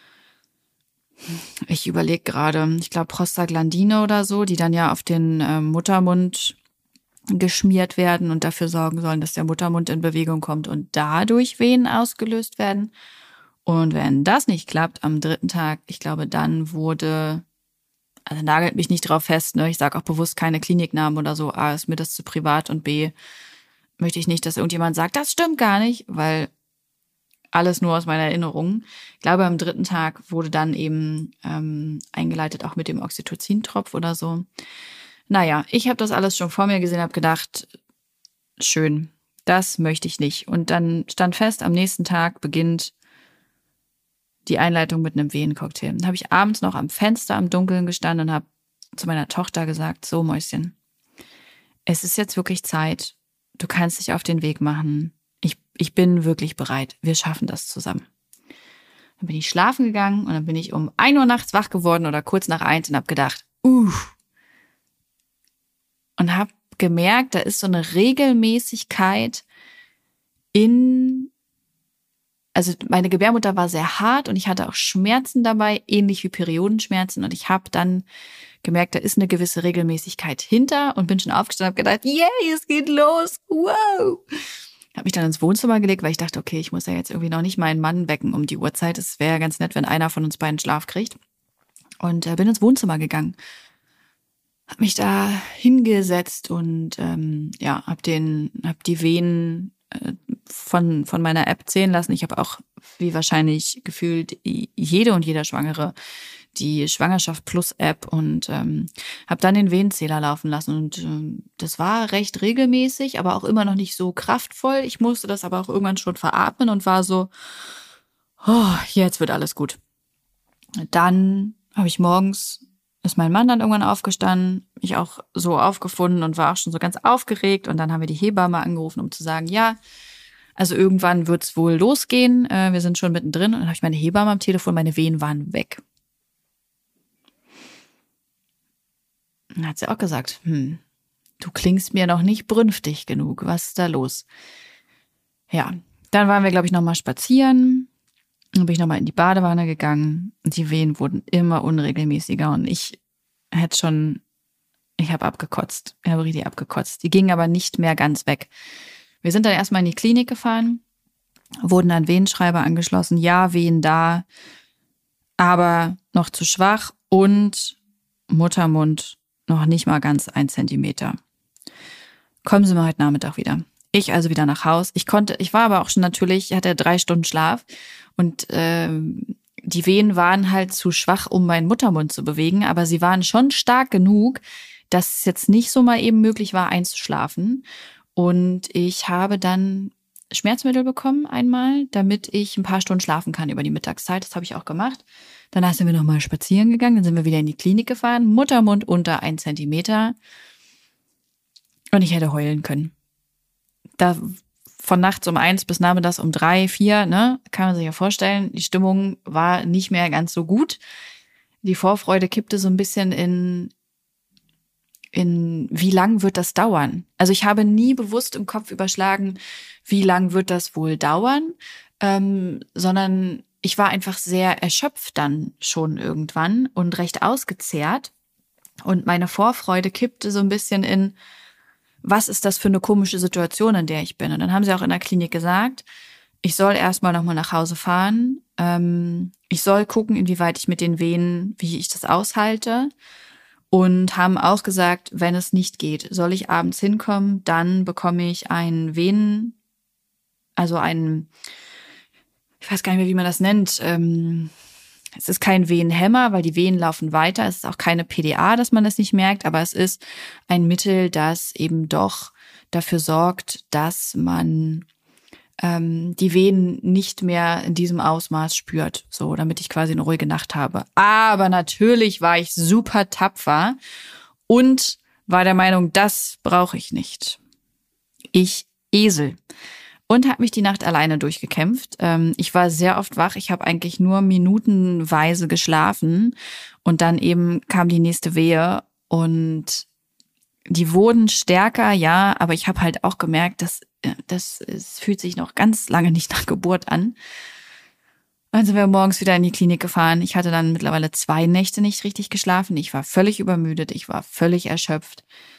S1: ich überlege gerade, ich glaube Prostaglandine oder so, die dann ja auf den Muttermund geschmiert werden und dafür sorgen sollen, dass der Muttermund in Bewegung kommt und dadurch Wehen ausgelöst werden. Und wenn das nicht klappt, am 3. Tag, ich glaube, dann wurde, also nagelt mich nicht drauf fest, ne? Ich sage auch bewusst keine Kliniknamen oder so. A, ist mir das zu privat und B, möchte ich nicht, dass irgendjemand sagt, das stimmt gar nicht, weil alles nur aus meiner Erinnerung. Ich glaube, am 3. Tag wurde dann eben eingeleitet, auch mit dem Oxytocin-Tropf oder so. Naja, ich habe das alles schon vor mir gesehen, habe gedacht, schön, das möchte ich nicht. Und dann stand fest, am nächsten Tag beginnt die Einleitung mit einem Wehencocktail. Dann habe ich abends noch am Fenster im Dunkeln gestanden und habe zu meiner Tochter gesagt, so Mäuschen, es ist jetzt wirklich Zeit, du kannst dich auf den Weg machen. Ich bin wirklich bereit. Wir schaffen das zusammen. Dann bin ich schlafen gegangen und dann bin ich um 1 Uhr nachts wach geworden oder kurz nach 1 und habe gedacht, und habe gemerkt, da ist so eine Regelmäßigkeit also meine Gebärmutter war sehr hart und ich hatte auch Schmerzen dabei, ähnlich wie Periodenschmerzen. Und ich habe dann gemerkt, da ist eine gewisse Regelmäßigkeit hinter und bin schon aufgestanden und habe gedacht, yay, es geht los, wow. Habe mich dann ins Wohnzimmer gelegt, weil ich dachte, okay, ich muss ja jetzt irgendwie noch nicht meinen Mann wecken um die Uhrzeit. Es wäre ja ganz nett, wenn einer von uns beiden Schlaf kriegt. Und bin ins Wohnzimmer gegangen. Hab mich da hingesetzt und hab die Venen von meiner App zählen lassen. Ich habe auch, wie wahrscheinlich gefühlt jede und jeder Schwangere, die Schwangerschaft Plus App und habe dann den Wehenzähler laufen lassen. Und das war recht regelmäßig, aber auch immer noch nicht so kraftvoll. Ich musste das aber auch irgendwann schon veratmen und war so, oh, jetzt wird alles gut. Dann habe ich morgens, ist mein Mann dann irgendwann aufgestanden, mich auch so aufgefunden und war auch schon so ganz aufgeregt. Und dann haben wir die Hebamme angerufen, um zu sagen, ja, also irgendwann wird's wohl losgehen. Wir sind schon mittendrin. Und dann habe ich meine Hebamme am Telefon, meine Wehen waren weg. Dann hat sie auch gesagt, du klingst mir noch nicht brünftig genug. Was ist da los? Ja, dann waren wir, glaube ich, nochmal spazieren. Dann bin ich nochmal in die Badewanne gegangen. Und die Wehen wurden immer unregelmäßiger. Und ich habe abgekotzt. Ich habe richtig abgekotzt. Die gingen aber nicht mehr ganz weg. Wir sind dann erstmal in die Klinik gefahren, wurden an Wehenschreiber angeschlossen. Ja, Wehen da, aber noch zu schwach und Muttermund noch nicht mal ganz 1 Zentimeter. Kommen Sie mal heute Nachmittag wieder. Ich also wieder nach Haus. Ich war aber auch schon natürlich, ich hatte 3 Stunden Schlaf und die Wehen waren halt zu schwach, um meinen Muttermund zu bewegen, aber sie waren schon stark genug, dass es jetzt nicht so mal eben möglich war, einzuschlafen. Und ich habe dann Schmerzmittel bekommen einmal, damit ich ein paar Stunden schlafen kann über die Mittagszeit. Das habe ich auch gemacht. Danach sind wir nochmal spazieren gegangen, dann sind wir wieder in die Klinik gefahren. Muttermund unter 1 Zentimeter. Und ich hätte heulen können. Da von nachts um 1 bis nachmittags um 3, 4, ne, kann man sich ja vorstellen, die Stimmung war nicht mehr ganz so gut. Die Vorfreude kippte so ein bisschen in wie lang wird das dauern? Also ich habe nie bewusst im Kopf überschlagen, wie lang wird das wohl dauern, sondern ich war einfach sehr erschöpft dann schon irgendwann und recht ausgezehrt. Und meine Vorfreude kippte so ein bisschen in, was ist das für eine komische Situation, in der ich bin? Und dann haben sie auch in der Klinik gesagt, ich soll erstmal nochmal nach Hause fahren. Ich soll gucken, inwieweit ich mit den Wehen, wie ich das aushalte. Und haben auch gesagt, wenn es nicht geht, soll ich abends hinkommen, dann bekomme ich einen Venen, also einen, ich weiß gar nicht mehr, wie man das nennt. Es ist kein Wehenhemmer, weil die Wehen laufen weiter. Es ist auch keine PDA, dass man das nicht merkt, aber es ist ein Mittel, das eben doch dafür sorgt, dass man die Venen nicht mehr in diesem Ausmaß spürt, so, damit ich quasi eine ruhige Nacht habe. Aber natürlich war ich super tapfer und war der Meinung, das brauche ich nicht. Ich Esel. Und habe mich die Nacht alleine durchgekämpft. Ich war sehr oft wach. Ich habe eigentlich nur minutenweise geschlafen und dann eben kam die nächste Wehe und die wurden stärker, ja, aber ich habe halt auch gemerkt, es fühlt sich noch ganz lange nicht nach Geburt an. Dann sind wir morgens wieder in die Klinik gefahren. Ich hatte dann mittlerweile 2 Nächte nicht richtig geschlafen. Ich war völlig übermüdet, ich war völlig erschöpft.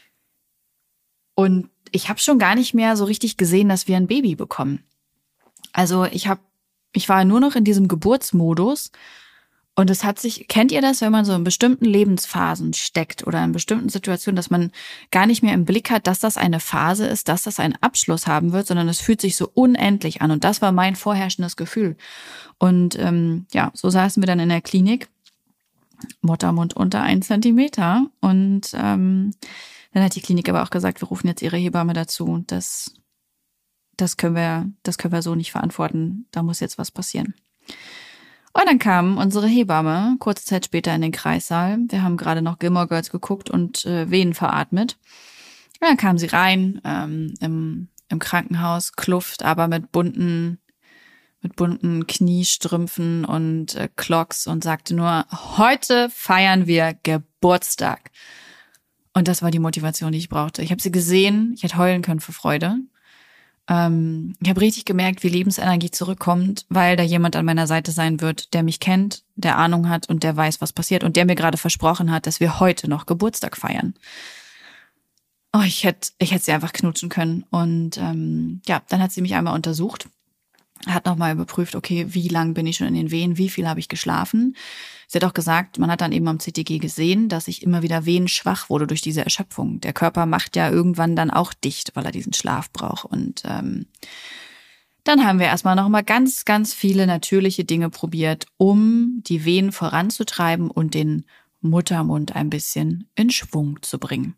S1: Und ich habe schon gar nicht mehr so richtig gesehen, dass wir ein Baby bekommen. Also ich war nur noch in diesem Geburtsmodus. Und es kennt ihr das, wenn man so in bestimmten Lebensphasen steckt oder in bestimmten Situationen, dass man gar nicht mehr im Blick hat, dass das eine Phase ist, dass das einen Abschluss haben wird, sondern es fühlt sich so unendlich an. Und das war mein vorherrschendes Gefühl. Und so saßen wir dann in der Klinik, Muttermund unter 1 Zentimeter. Und dann hat die Klinik aber auch gesagt, wir rufen jetzt ihre Hebamme dazu. Das können wir so nicht verantworten. Da muss jetzt was passieren. Und dann kam unsere Hebamme kurze Zeit später in den Kreissaal. Wir haben gerade noch Gilmore Girls geguckt und Wehen veratmet. Und dann kam sie rein im Krankenhaus, Kluft, aber mit bunten Kniestrümpfen und Clogs und sagte nur, heute feiern wir Geburtstag. Und das war die Motivation, die ich brauchte. Ich habe sie gesehen, ich hätte heulen können vor Freude. Ich habe richtig gemerkt, wie Lebensenergie zurückkommt, weil da jemand an meiner Seite sein wird, der mich kennt, der Ahnung hat und der weiß, was passiert und der mir gerade versprochen hat, dass wir heute noch Geburtstag feiern. Oh, ich hätte sie einfach knutschen können. Und dann hat sie mich einmal untersucht, hat nochmal überprüft, okay, wie lang bin ich schon in den Wehen, wie viel habe ich geschlafen. Sie hat auch gesagt, man hat dann eben am CTG gesehen, dass ich immer wieder wehenschwach wurde durch diese Erschöpfung. Der Körper macht ja irgendwann dann auch dicht, weil er diesen Schlaf braucht. Und Dann haben wir erstmal nochmal ganz, ganz viele natürliche Dinge probiert, um die Wehen voranzutreiben und den Muttermund ein bisschen in Schwung zu bringen.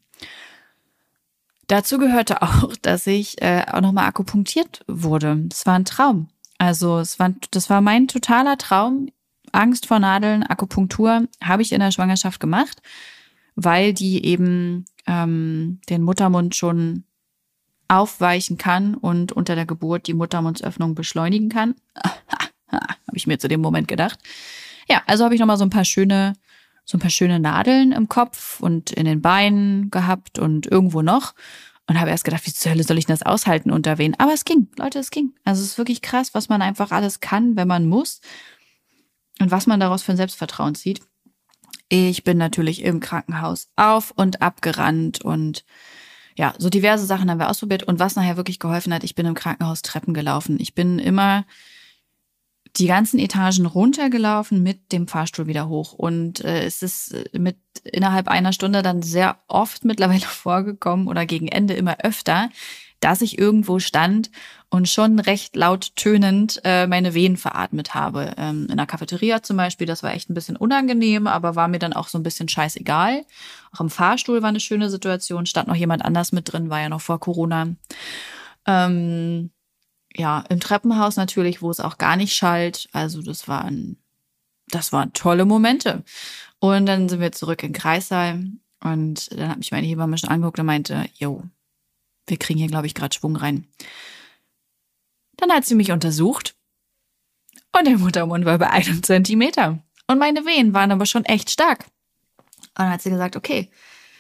S1: Dazu gehörte auch, dass ich auch nochmal akupunktiert wurde. Das war ein Traum. Also das war mein totaler Traum. Angst vor Nadeln, Akupunktur habe ich in der Schwangerschaft gemacht, weil die eben den Muttermund schon aufweichen kann und unter der Geburt die Muttermundsöffnung beschleunigen kann. Habe ich mir zu dem Moment gedacht. Ja, also habe ich nochmal so ein paar schöne Nadeln im Kopf und in den Beinen gehabt und irgendwo noch. Und habe erst gedacht, wie zur Hölle soll ich das aushalten unter Wehen? Aber es ging, Leute, es ging. Also es ist wirklich krass, was man einfach alles kann, wenn man muss. Und was man daraus für ein Selbstvertrauen zieht. Ich bin natürlich im Krankenhaus auf und ab gerannt und ja, so diverse Sachen haben wir ausprobiert. Und was nachher wirklich geholfen hat, ich bin im Krankenhaus Treppen gelaufen. Ich bin immer die ganzen Etagen runtergelaufen mit dem Fahrstuhl wieder hoch. Und es ist innerhalb einer Stunde dann sehr oft mittlerweile vorgekommen oder gegen Ende immer öfter, dass ich irgendwo stand und schon recht laut tönend meine Wehen veratmet habe. In der Cafeteria zum Beispiel, das war echt ein bisschen unangenehm, aber war mir dann auch so ein bisschen scheißegal. Auch im Fahrstuhl war eine schöne Situation, stand noch jemand anders mit drin, war ja noch vor Corona. Ja, im Treppenhaus natürlich, wo es auch gar nicht schallt. Also das waren tolle Momente. Und dann sind wir zurück in Kreissaal und dann hat mich meine Hebamme schon angeguckt und meinte, jo, wir kriegen hier, glaube ich, gerade Schwung rein. Dann hat sie mich untersucht und der Muttermund war bei 1 Zentimeter. Und meine Wehen waren aber schon echt stark. Und dann hat sie gesagt, okay,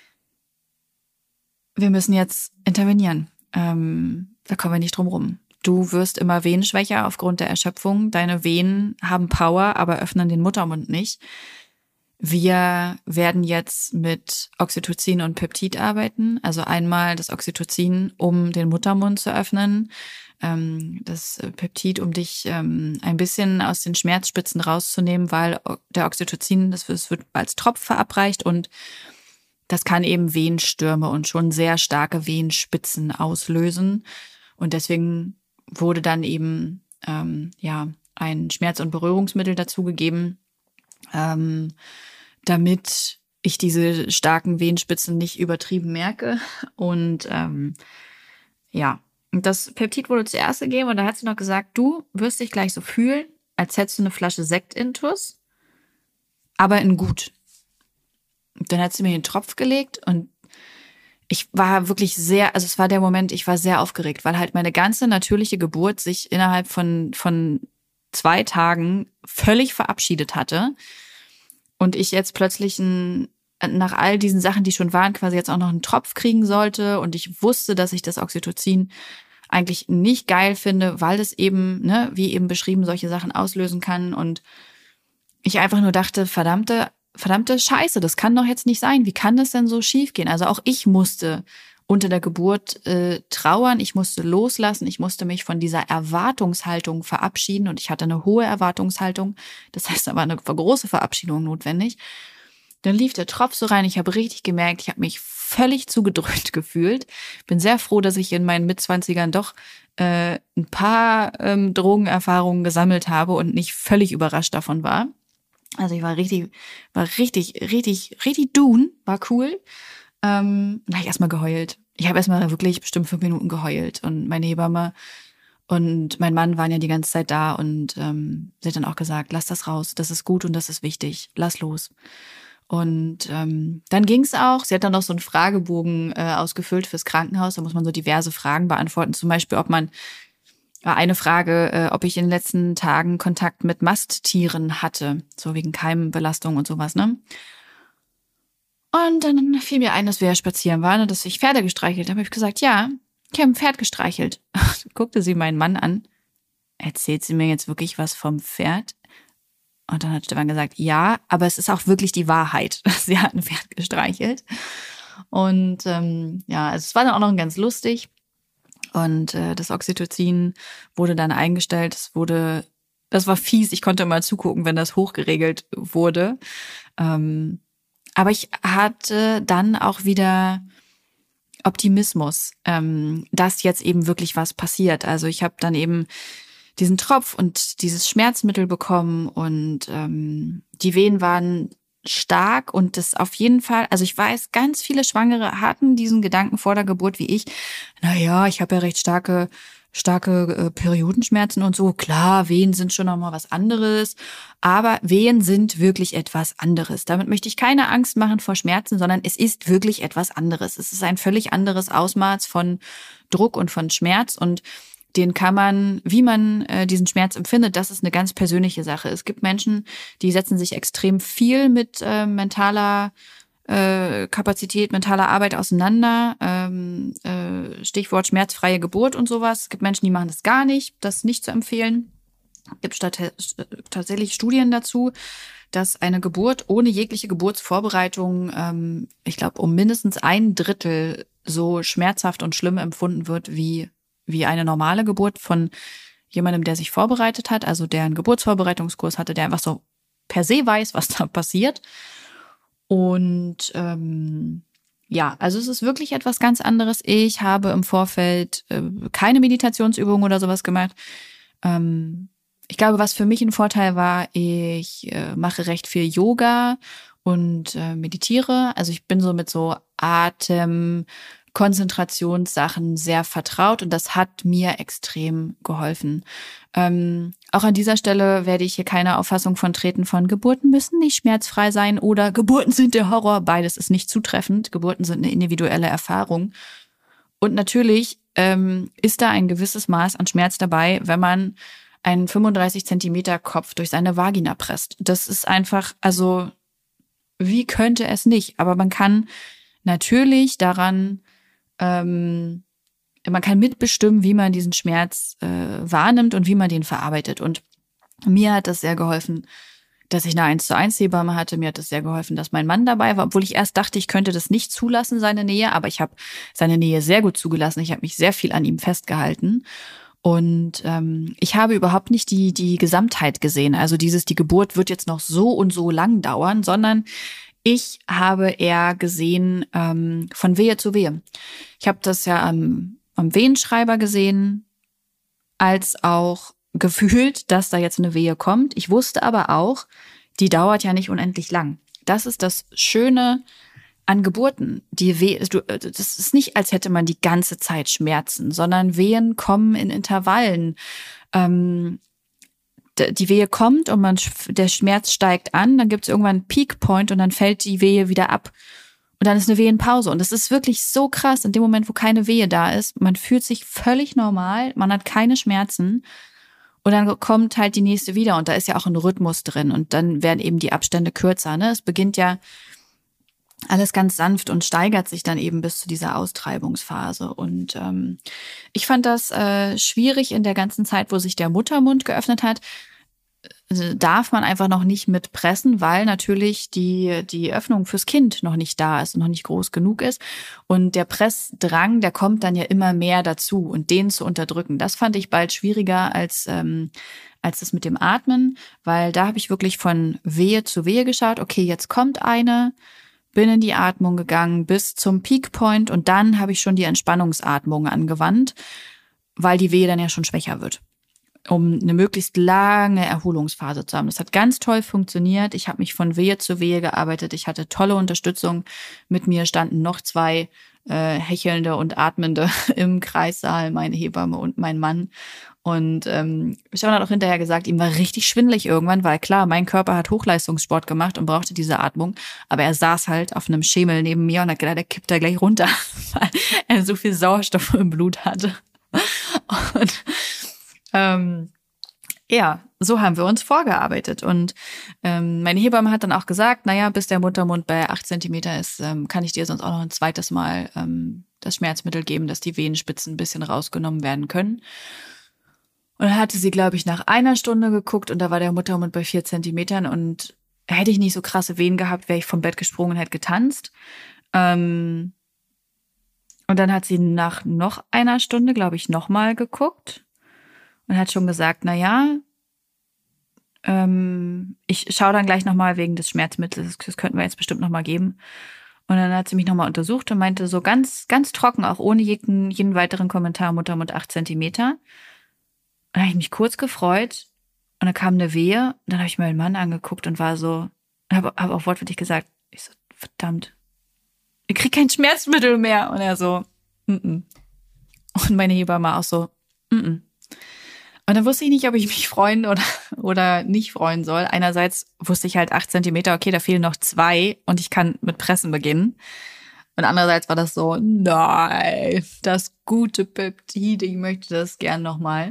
S1: wir müssen jetzt intervenieren. Da kommen wir nicht drum rum. Du wirst immer wehenschwächer aufgrund der Erschöpfung. Deine Venen haben Power, aber öffnen den Muttermund nicht. Wir werden jetzt mit Oxytocin und Peptid arbeiten. Also einmal das Oxytocin, um den Muttermund zu öffnen. Das Peptid, um dich ein bisschen aus den Schmerzspitzen rauszunehmen, weil der Oxytocin, das wird als Tropf verabreicht und das kann eben Wehenstürme und schon sehr starke Wehenspitzen auslösen. Und deswegen wurde dann eben ein Schmerz- und Berührungsmittel dazugegeben, damit ich diese starken Wehenspitzen nicht übertrieben merke. Und das Peptid wurde zuerst gegeben und da hat sie noch gesagt, du wirst dich gleich so fühlen, als hättest du eine Flasche Sekt intus, aber in gut. Und dann hat sie mir den Tropf gelegt und ich war wirklich es war der Moment, ich war sehr aufgeregt, weil halt meine ganze natürliche Geburt sich innerhalb von 2 Tagen völlig verabschiedet hatte. Und ich jetzt plötzlich nach all diesen Sachen, die schon waren, quasi jetzt auch noch einen Tropf kriegen sollte. Und ich wusste, dass ich das Oxytocin eigentlich nicht geil finde, weil es eben, wie eben beschrieben, solche Sachen auslösen kann. Und ich einfach nur dachte, verdammte Scheiße, das kann doch jetzt nicht sein. Wie kann das denn so schief gehen? Also auch ich musste unter der Geburt trauern, ich musste loslassen, ich musste mich von dieser Erwartungshaltung verabschieden und ich hatte eine hohe Erwartungshaltung. Das heißt, da war eine große Verabschiedung notwendig. Dann lief der Tropf so rein, ich habe richtig gemerkt, ich habe mich völlig zugedröhnt gefühlt. Bin sehr froh, dass ich in meinen Mitzwanzigern doch ein paar Drogenerfahrungen gesammelt habe und nicht völlig überrascht davon war. Also ich war richtig dun, war cool. Dann habe ich erstmal geheult. Ich habe erstmal wirklich bestimmt 5 Minuten geheult. Und meine Hebamme und mein Mann waren ja die ganze Zeit da und sie hat dann auch gesagt, lass das raus, das ist gut und das ist wichtig, lass los. Und dann ging's auch, sie hat dann noch so einen Fragebogen ausgefüllt fürs Krankenhaus, da muss man so diverse Fragen beantworten, zum Beispiel eine Frage, ob ich in den letzten Tagen Kontakt mit Masttieren hatte, so wegen Keimbelastung und sowas, ne? Und dann fiel mir ein, dass wir ja spazieren waren und dass ich Pferde gestreichelt habe. Habe ich gesagt, ja, ich habe ein Pferd gestreichelt. Guckte sie meinen Mann an. Erzählt sie mir jetzt wirklich was vom Pferd? Und dann hat Stefan gesagt, ja, aber es ist auch wirklich die Wahrheit. Sie hat ein Pferd gestreichelt. Und also es war dann auch noch ganz lustig. Und das Oxytocin wurde dann eingestellt. Das war fies. Ich konnte immer zugucken, wenn das hochgeregelt wurde. Aber ich hatte dann auch wieder Optimismus, dass jetzt eben wirklich was passiert. Also ich habe dann eben diesen Tropf und dieses Schmerzmittel bekommen und die Wehen waren stark und das auf jeden Fall, also ich weiß, ganz viele Schwangere hatten diesen Gedanken vor der Geburt wie ich, naja, ich habe ja recht starke Periodenschmerzen und so. Klar, Wehen sind schon nochmal was anderes, aber Wehen sind wirklich etwas anderes. Damit möchte ich keine Angst machen vor Schmerzen, sondern es ist wirklich etwas anderes. Es ist ein völlig anderes Ausmaß von Druck und von Schmerz und den kann man, wie man diesen Schmerz empfindet, das ist eine ganz persönliche Sache. Es gibt Menschen, die setzen sich extrem viel mit mentaler Kapazität, mentaler Arbeit auseinander. Stichwort schmerzfreie Geburt und sowas. Es gibt Menschen, die machen das gar nicht, das ist nicht zu empfehlen. Es gibt tatsächlich Studien dazu, dass eine Geburt ohne jegliche Geburtsvorbereitung, ich glaube, um mindestens 1/3 so schmerzhaft und schlimm empfunden wird wie eine normale Geburt von jemandem, der sich vorbereitet hat, also der einen Geburtsvorbereitungskurs hatte, der einfach so per se weiß, was da passiert. Und ja, also es ist wirklich etwas ganz anderes. Ich habe im Vorfeld keine Meditationsübungen oder sowas gemacht. Ich glaube, was für mich ein Vorteil war, ich mache recht viel Yoga und meditiere. Also ich bin so mit so Konzentrationssachen sehr vertraut und das hat mir extrem geholfen. Auch an dieser Stelle werde ich hier keine Auffassung von treten von Geburten müssen nicht schmerzfrei sein oder Geburten sind der Horror. Beides ist nicht zutreffend. Geburten sind eine individuelle Erfahrung. Und natürlich ist da ein gewisses Maß an Schmerz dabei, wenn man einen 35 Zentimeter Kopf durch seine Vagina presst. Das ist einfach, also wie könnte es nicht? Aber man kann natürlich daran man kann mitbestimmen, wie man diesen Schmerz wahrnimmt und wie man den verarbeitet. Und mir hat das sehr geholfen, dass ich eine 1:1 Hebamme hatte. Mir hat das sehr geholfen, dass mein Mann dabei war, obwohl ich erst dachte, ich könnte das nicht zulassen, seine Nähe. Aber ich habe seine Nähe sehr gut zugelassen. Ich habe mich sehr viel an ihm festgehalten. Und ich habe überhaupt nicht die Gesamtheit gesehen. Also die Geburt wird jetzt noch so und so lang dauern, sondern ich habe eher gesehen von Wehe zu Wehe. Ich habe das ja am Wehenschreiber gesehen, als auch gefühlt, dass da jetzt eine Wehe kommt. Ich wusste aber auch, die dauert ja nicht unendlich lang. Das ist das Schöne an Geburten. Das ist nicht, als hätte man die ganze Zeit Schmerzen, sondern Wehen kommen in Intervallen. Die Wehe kommt und der Schmerz steigt an, dann gibt es irgendwann einen Peak Point und dann fällt die Wehe wieder ab. Und dann ist eine Wehenpause. Und das ist wirklich so krass, in dem Moment, wo keine Wehe da ist. Man fühlt sich völlig normal, man hat keine Schmerzen. Und dann kommt halt die nächste wieder. Und da ist ja auch ein Rhythmus drin. Und dann werden eben die Abstände kürzer. Ne? Es beginnt ja alles ganz sanft und steigert sich dann eben bis zu dieser Austreibungsphase. Und ich fand das schwierig in der ganzen Zeit, wo sich der Muttermund geöffnet hat. Darf man einfach noch nicht mitpressen, weil natürlich die Öffnung fürs Kind noch nicht da ist und noch nicht groß genug ist. Und der Pressdrang, der kommt dann ja immer mehr dazu und den zu unterdrücken. Das fand ich bald schwieriger als das mit dem Atmen, weil da habe ich wirklich von Wehe zu Wehe geschaut. Okay, jetzt kommt eine, bin in die Atmung gegangen bis zum Peak Point und dann habe ich schon die Entspannungsatmung angewandt, weil die Wehe dann ja schon schwächer wird, um eine möglichst lange Erholungsphase zu haben. Das hat ganz toll funktioniert. Ich habe mich von Wehe zu Wehe gearbeitet. Ich hatte tolle Unterstützung. Mit mir standen noch 2 hechelnde und atmende im Kreissaal, meine Hebamme und mein Mann. Und Sean hat auch hinterher gesagt, ihm war richtig schwindelig irgendwann, weil klar, mein Körper hat Hochleistungssport gemacht und brauchte diese Atmung. Aber er saß halt auf einem Schemel neben mir und hat gedacht, der kippt da gleich runter, weil er so viel Sauerstoff im Blut hatte. Und ja, so haben wir uns vorgearbeitet. Und meine Hebamme hat dann auch gesagt, naja, bis der Muttermund bei 8 Zentimeter ist, kann ich dir sonst auch noch ein zweites Mal das Schmerzmittel geben, dass die Wehenspitzen ein bisschen rausgenommen werden können. Und dann hatte sie, glaube ich, nach 1 Stunde geguckt und da war der Muttermund bei 4 Zentimetern. Und hätte ich nicht so krasse Wehen gehabt, wäre ich vom Bett gesprungen und hätte getanzt. Und dann hat sie nach noch 1 Stunde, glaube ich, nochmal geguckt. Und hat schon gesagt, naja, ich schaue dann gleich nochmal wegen des Schmerzmittels, das könnten wir jetzt bestimmt nochmal geben. Und dann hat sie mich nochmal untersucht und meinte so ganz, ganz trocken, auch ohne jeden weiteren Kommentar, Muttermund 8 Zentimeter. Und dann habe ich mich kurz gefreut und dann kam eine Wehe. Und dann habe ich meinen Mann angeguckt und war so, habe auch wortwörtlich gesagt, ich so, verdammt, ich krieg kein Schmerzmittel mehr. Und er so, mm. Und meine Hebamme auch so, mm. Und dann wusste ich nicht, ob ich mich freuen oder nicht freuen soll. Einerseits wusste ich halt 8 Zentimeter, okay, da fehlen noch 2 und ich kann mit Pressen beginnen. Und andererseits war das so, nein, das gute Peptid, ich möchte das gern nochmal.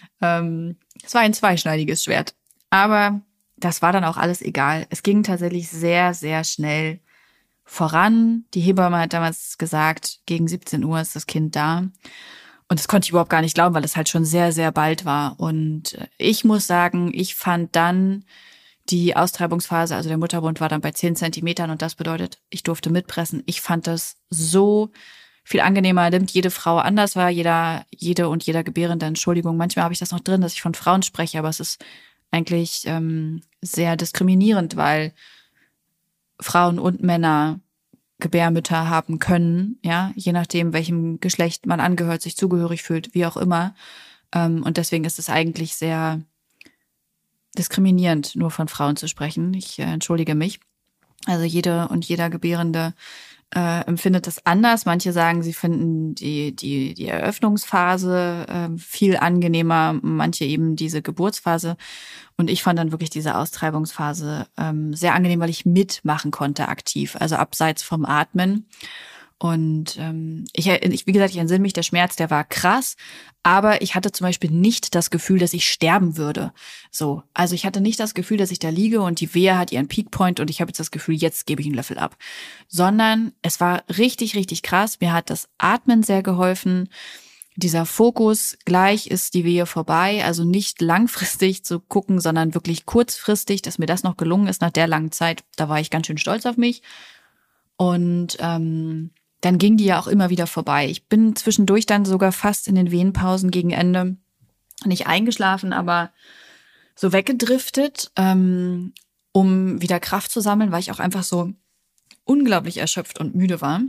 S1: Es war ein zweischneidiges Schwert. Aber das war dann auch alles egal. Es ging tatsächlich sehr, sehr schnell voran. Die Hebamme hat damals gesagt, gegen 17 Uhr ist das Kind da. Und das konnte ich überhaupt gar nicht glauben, weil es halt schon sehr, sehr bald war. Und ich muss sagen, ich fand dann die Austreibungsphase, also der Mutterbund war dann bei 10 Zentimetern und das bedeutet, ich durfte mitpressen. Ich fand das so viel angenehmer, nimmt jede Frau anders wahr, jede und jeder Gebärende, Entschuldigung. Manchmal habe ich das noch drin, dass ich von Frauen spreche, aber es ist eigentlich sehr diskriminierend, weil Frauen und Männer Gebärmütter haben können, ja, je nachdem, welchem Geschlecht man angehört, sich zugehörig fühlt, wie auch immer. Und deswegen ist es eigentlich sehr diskriminierend, nur von Frauen zu sprechen. Ich entschuldige mich. Also jede und jeder Gebärende empfindet das anders. Manche sagen, sie finden die Eröffnungsphase viel angenehmer, manche eben diese Geburtsphase. Und ich fand dann wirklich diese Austreibungsphase sehr angenehm, weil ich mitmachen konnte aktiv, also abseits vom Atmen. Und wie gesagt, ich entsinne mich, der Schmerz, der war krass, aber ich hatte zum Beispiel nicht das Gefühl, dass ich sterben würde. So, also ich hatte nicht das Gefühl, dass ich da liege und die Wehe hat ihren Peakpoint und ich habe jetzt das Gefühl, jetzt gebe ich einen Löffel ab. Sondern es war richtig, richtig krass. Mir hat das Atmen sehr geholfen. Dieser Fokus, gleich ist die Wehe vorbei, also nicht langfristig zu gucken, sondern wirklich kurzfristig, dass mir das noch gelungen ist nach der langen Zeit. Da war ich ganz schön stolz auf mich. Und dann ging die ja auch immer wieder vorbei. Ich bin zwischendurch dann sogar fast in den Wehenpausen gegen Ende nicht eingeschlafen, aber so weggedriftet, um wieder Kraft zu sammeln, weil ich auch einfach so unglaublich erschöpft und müde war.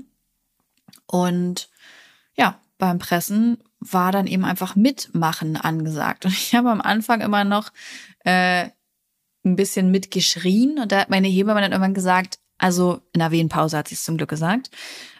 S1: Und ja, beim Pressen war dann eben einfach Mitmachen angesagt. Und ich habe am Anfang immer noch ein bisschen mitgeschrien. Und da hat meine Hebamme dann irgendwann gesagt, also in der Wehenpause hat sie es zum Glück gesagt,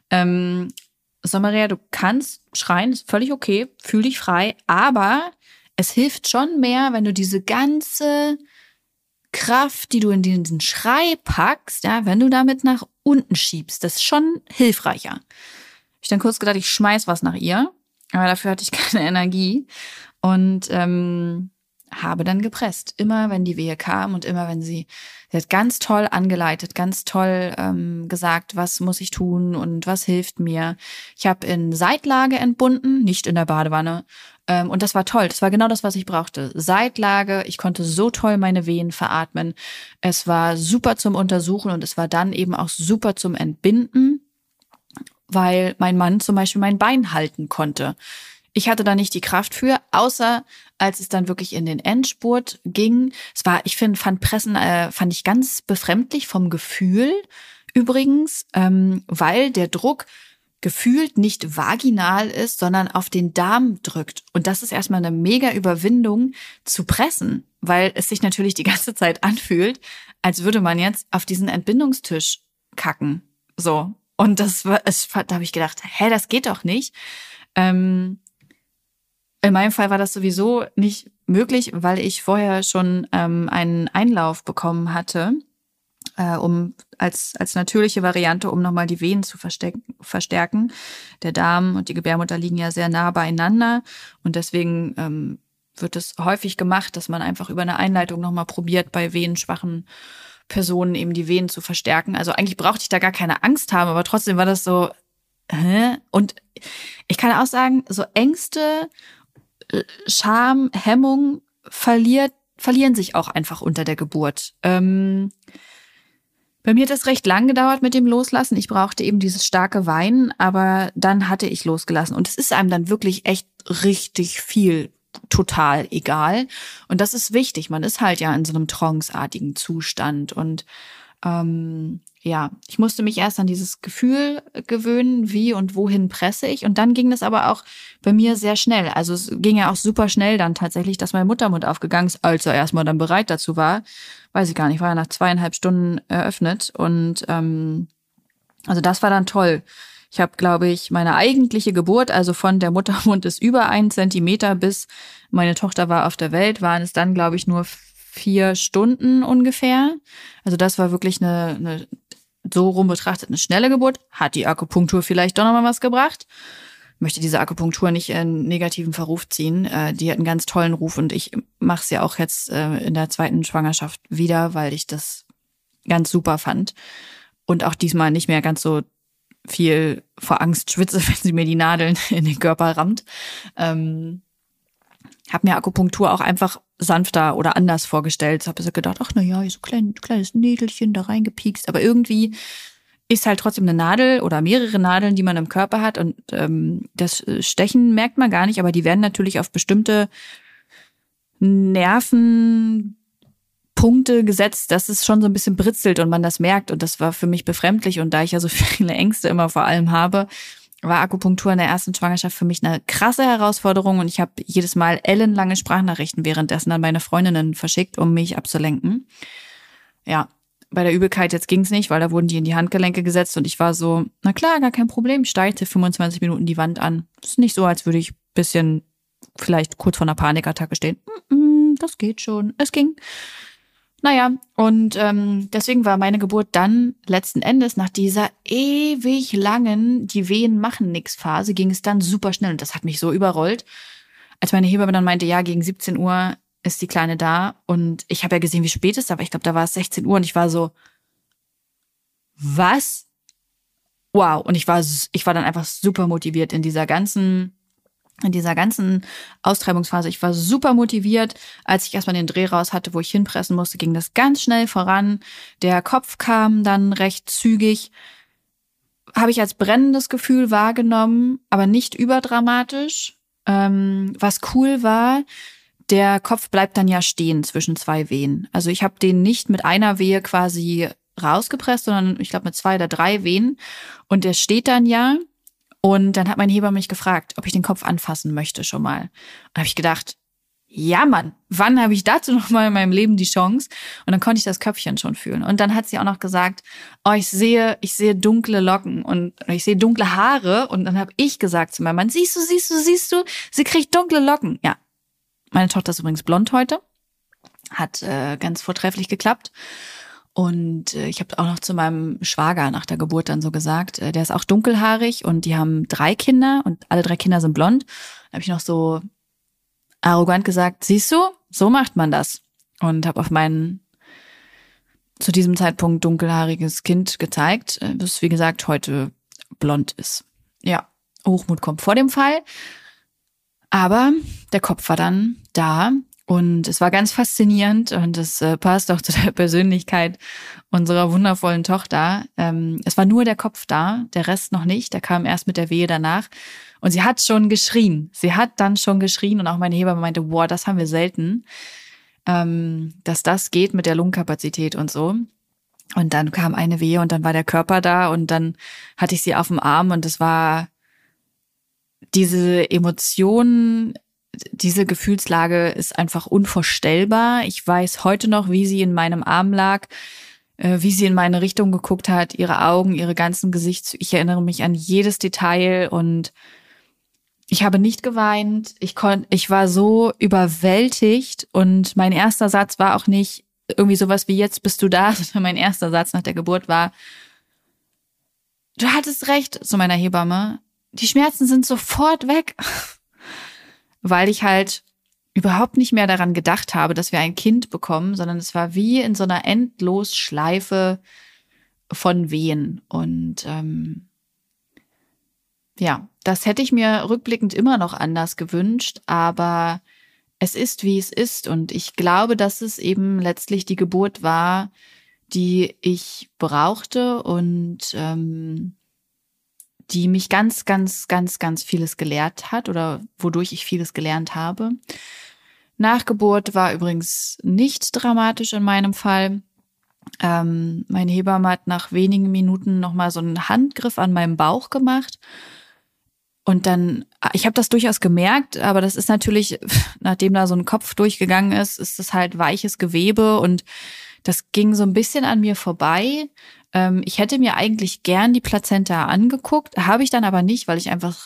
S1: so Maria, du kannst schreien, ist völlig okay, fühl dich frei, aber es hilft schon mehr, wenn du diese ganze Kraft, die du in diesen Schrei packst, ja, wenn du damit nach unten schiebst, das ist schon hilfreicher. Ich dann kurz gedacht, ich schmeiß was nach ihr, aber dafür hatte ich keine Energie und habe dann gepresst. Immer, wenn die Wehe kam und immer, wenn sie hat ganz toll angeleitet, ganz toll gesagt, was muss ich tun und was hilft mir. Ich habe in Seitlage entbunden, nicht in der Badewanne. Und das war toll. Das war genau das, was ich brauchte. Seitlage, ich konnte so toll meine Wehen veratmen. Es war super zum Untersuchen und es war dann eben auch super zum Entbinden, weil mein Mann zum Beispiel mein Bein halten konnte. Ich hatte da nicht die Kraft für, außer als es dann wirklich in den Endspurt ging. Fand Pressen fand ich ganz befremdlich vom Gefühl übrigens, weil der Druck gefühlt nicht vaginal ist, sondern auf den Darm drückt. Und das ist erstmal eine mega Überwindung zu pressen, weil es sich natürlich die ganze Zeit anfühlt, als würde man jetzt auf diesen Entbindungstisch kacken. So. Und da habe ich gedacht, das geht doch nicht. In meinem Fall war das sowieso nicht möglich, weil ich vorher schon einen Einlauf bekommen hatte, um als natürliche Variante, um nochmal die Venen zu verstärken. Der Darm und die Gebärmutter liegen ja sehr nah beieinander und deswegen wird es häufig gemacht, dass man einfach über eine Einleitung nochmal probiert, bei venenschwachen Personen eben die Venen zu verstärken. Also eigentlich brauchte ich da gar keine Angst haben, aber trotzdem war das so, Und ich kann auch sagen, so Ängste, Scham, Hemmung verlieren sich auch einfach unter der Geburt. Bei mir hat das recht lang gedauert mit dem Loslassen. Ich brauchte eben dieses starke Weinen, aber dann hatte ich losgelassen. Und es ist einem dann wirklich echt richtig viel total egal. Und das ist wichtig. Man ist halt ja in so einem tranceartigen Zustand. Und ja, ich musste mich erst an dieses Gefühl gewöhnen, wie und wohin presse ich. Und dann ging das aber auch bei mir sehr schnell. Also es ging ja auch super schnell dann tatsächlich, dass mein Muttermund aufgegangen ist, als er erstmal dann bereit dazu war. Weiß ich gar nicht, war ja nach 2,5 Stunden eröffnet. Und also das war dann toll. Ich habe, glaube ich, meine eigentliche Geburt, also von der Muttermund ist über 1 Zentimeter bis meine Tochter war auf der Welt, waren es dann, glaube ich, nur 4 Stunden ungefähr. Also das war wirklich eine so rum betrachtet eine schnelle Geburt. Hat die Akupunktur vielleicht doch nochmal was gebracht? Ich möchte diese Akupunktur nicht in negativen Verruf ziehen. Die hat einen ganz tollen Ruf und ich mache es ja auch jetzt in der 2. Schwangerschaft wieder, weil ich das ganz super fand. Und auch diesmal nicht mehr ganz so viel vor Angst schwitze, wenn sie mir die Nadeln in den Körper rammt. Habe mir Akupunktur auch einfach sanfter oder anders vorgestellt. Habe so gedacht, ach na ja, so kleines Nädelchen da reingepiekst. Aber irgendwie ist halt trotzdem eine Nadel oder mehrere Nadeln, die man im Körper hat. Und das Stechen merkt man gar nicht, aber die werden natürlich auf bestimmte Nervenpunkte gesetzt, dass es schon so ein bisschen britzelt und man das merkt. Und das war für mich befremdlich. Und da ich ja so viele Ängste immer vor allem habe, war Akupunktur in der 1. Schwangerschaft für mich eine krasse Herausforderung und ich habe jedes Mal ellenlange Sprachnachrichten währenddessen an meine Freundinnen verschickt, um mich abzulenken. Ja, bei der Übelkeit jetzt ging's nicht, weil da wurden die in die Handgelenke gesetzt und ich war so, na klar, gar kein Problem, steigte 25 Minuten die Wand an. Ist nicht so, als würde ich bisschen vielleicht kurz vor einer Panikattacke stehen. Das geht schon, es ging. Naja, und deswegen war meine Geburt dann letzten Endes nach dieser ewig langen die Wehen machen nix Phase, ging es dann super schnell und das hat mich so überrollt. Als meine Hebamme dann meinte, ja, gegen 17 Uhr ist die Kleine da und ich habe ja gesehen, wie spät es ist, aber ich glaube, da war es 16 Uhr und ich war so, was? Wow, und ich war dann einfach super motiviert in dieser ganzen Austreibungsphase. Ich war super motiviert. Als ich erstmal den Dreh raus hatte, wo ich hinpressen musste, ging das ganz schnell voran. Der Kopf kam dann recht zügig. Habe ich als brennendes Gefühl wahrgenommen, aber nicht überdramatisch. Was cool war, der Kopf bleibt dann ja stehen zwischen 2 Wehen. Also ich habe den nicht mit einer Wehe quasi rausgepresst, sondern ich glaube mit 2 oder 3 Wehen. Und der steht dann ja. Und dann hat mein Hebamme mich gefragt, ob ich den Kopf anfassen möchte schon mal. Und da habe ich gedacht, ja Mann, wann habe ich dazu noch mal in meinem Leben die Chance? Und dann konnte ich das Köpfchen schon fühlen. Und dann hat sie auch noch gesagt, oh, ich sehe dunkle Locken und ich sehe dunkle Haare. Und dann habe ich gesagt zu meinem Mann, siehst du, sie kriegt dunkle Locken. Ja, meine Tochter ist übrigens blond heute. Hat ganz vortrefflich geklappt. Und ich habe auch noch zu meinem Schwager nach der Geburt dann so gesagt, der ist auch dunkelhaarig und die haben 3 Kinder und alle 3 Kinder sind blond. Da habe ich noch so arrogant gesagt, siehst du, so macht man das. Und habe auf mein zu diesem Zeitpunkt dunkelhaariges Kind gezeigt, das wie gesagt heute blond ist. Ja, Hochmut kommt vor dem Fall. Aber der Kopf war dann da. Und es war ganz faszinierend und es passt auch zu der Persönlichkeit unserer wundervollen Tochter. Es war nur der Kopf da, der Rest noch nicht. Der kam erst mit der Wehe danach. Und sie hat schon geschrien. Sie hat dann schon geschrien und auch meine Hebamme meinte, boah, das haben wir selten, dass das geht mit der Lungenkapazität und so. Und dann kam eine Wehe und dann war der Körper da und dann hatte ich sie auf dem Arm und es war diese Emotionen, diese Gefühlslage ist einfach unvorstellbar. Ich weiß heute noch, wie sie in meinem Arm lag, wie sie in meine Richtung geguckt hat, ihre Augen, ihre ganzen Gesichtszüge. Ich erinnere mich an jedes Detail und ich habe nicht geweint. Ich war so überwältigt und mein erster Satz war auch nicht irgendwie sowas wie jetzt bist du da, sondern mein erster Satz nach der Geburt war, du hattest recht, zu meiner Hebamme. Die Schmerzen sind sofort weg. Weil ich halt überhaupt nicht mehr daran gedacht habe, dass wir ein Kind bekommen, sondern es war wie in so einer Endlosschleife von Wehen. Und ja, das hätte ich mir rückblickend immer noch anders gewünscht, aber es ist, wie es ist. Und ich glaube, dass es eben letztlich die Geburt war, die ich brauchte und die mich ganz, ganz, ganz, ganz vieles gelehrt hat oder wodurch ich vieles gelernt habe. Nachgeburt war übrigens nicht dramatisch in meinem Fall. Mein Hebamme hat nach wenigen Minuten nochmal so einen Handgriff an meinem Bauch gemacht. Und dann, ich habe das durchaus gemerkt, aber das ist natürlich, nachdem da so ein Kopf durchgegangen ist das halt weiches Gewebe und das ging so ein bisschen an mir vorbei. Ich hätte mir eigentlich gern die Plazenta angeguckt, habe ich dann aber nicht, weil ich einfach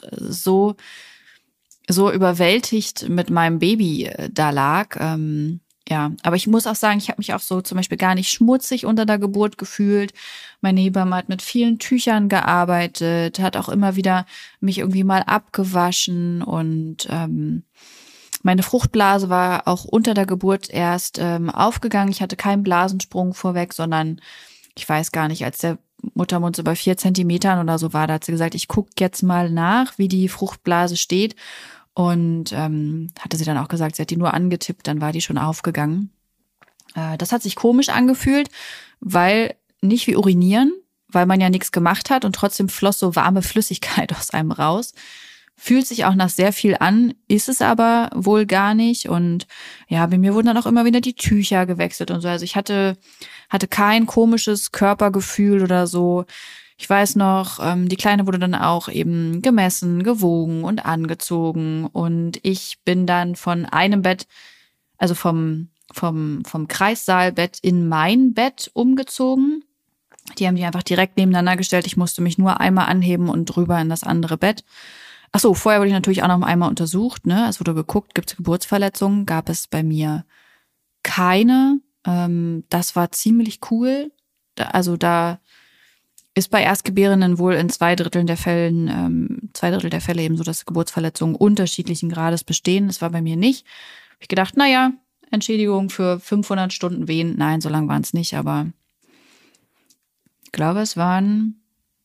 S1: so überwältigt mit meinem Baby da lag. Ja, aber ich muss auch sagen, ich habe mich auch so zum Beispiel gar nicht schmutzig unter der Geburt gefühlt. Meine Hebamme hat mit vielen Tüchern gearbeitet, hat auch immer wieder mich irgendwie mal abgewaschen und meine Fruchtblase war auch unter der Geburt erst aufgegangen. Ich hatte keinen Blasensprung vorweg, sondern ich weiß gar nicht, als der Muttermund so bei 4 Zentimetern oder so war, da hat sie gesagt, ich gucke jetzt mal nach, wie die Fruchtblase steht. Und hatte sie dann auch gesagt, sie hat die nur angetippt, dann war die schon aufgegangen. Das hat sich komisch angefühlt, weil nicht wie urinieren, weil man ja nichts gemacht hat und trotzdem floss so warme Flüssigkeit aus einem raus. Fühlt sich auch nach sehr viel an, ist es aber wohl gar nicht. Und ja, bei mir wurden dann auch immer wieder die Tücher gewechselt und so. Also ich hatte kein komisches Körpergefühl oder so. Ich weiß noch, die Kleine wurde dann auch eben gemessen, gewogen und angezogen. Und ich bin dann von einem Bett, also vom Kreissaalbett in mein Bett umgezogen. Die haben die einfach direkt nebeneinander gestellt. Ich musste mich nur einmal anheben und drüber in das andere Bett. Ach so, vorher wurde ich natürlich auch noch einmal untersucht, ne? Es wurde geguckt, gibt es Geburtsverletzungen? Gab es bei mir keine. Das war ziemlich cool. Da ist bei Erstgebärenden wohl in 2/3 der Fälle eben so, dass Geburtsverletzungen unterschiedlichen Grades bestehen. Das war bei mir nicht. Hab ich gedacht, naja, Entschädigung für 500 Stunden Wehen. Nein, so lang waren es nicht, aber ich glaube, es waren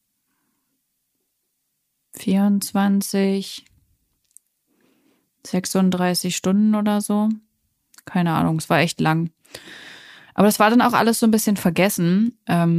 S1: 24, 36 Stunden oder so. Keine Ahnung, es war echt lang. Aber das war dann auch alles so ein bisschen vergessen.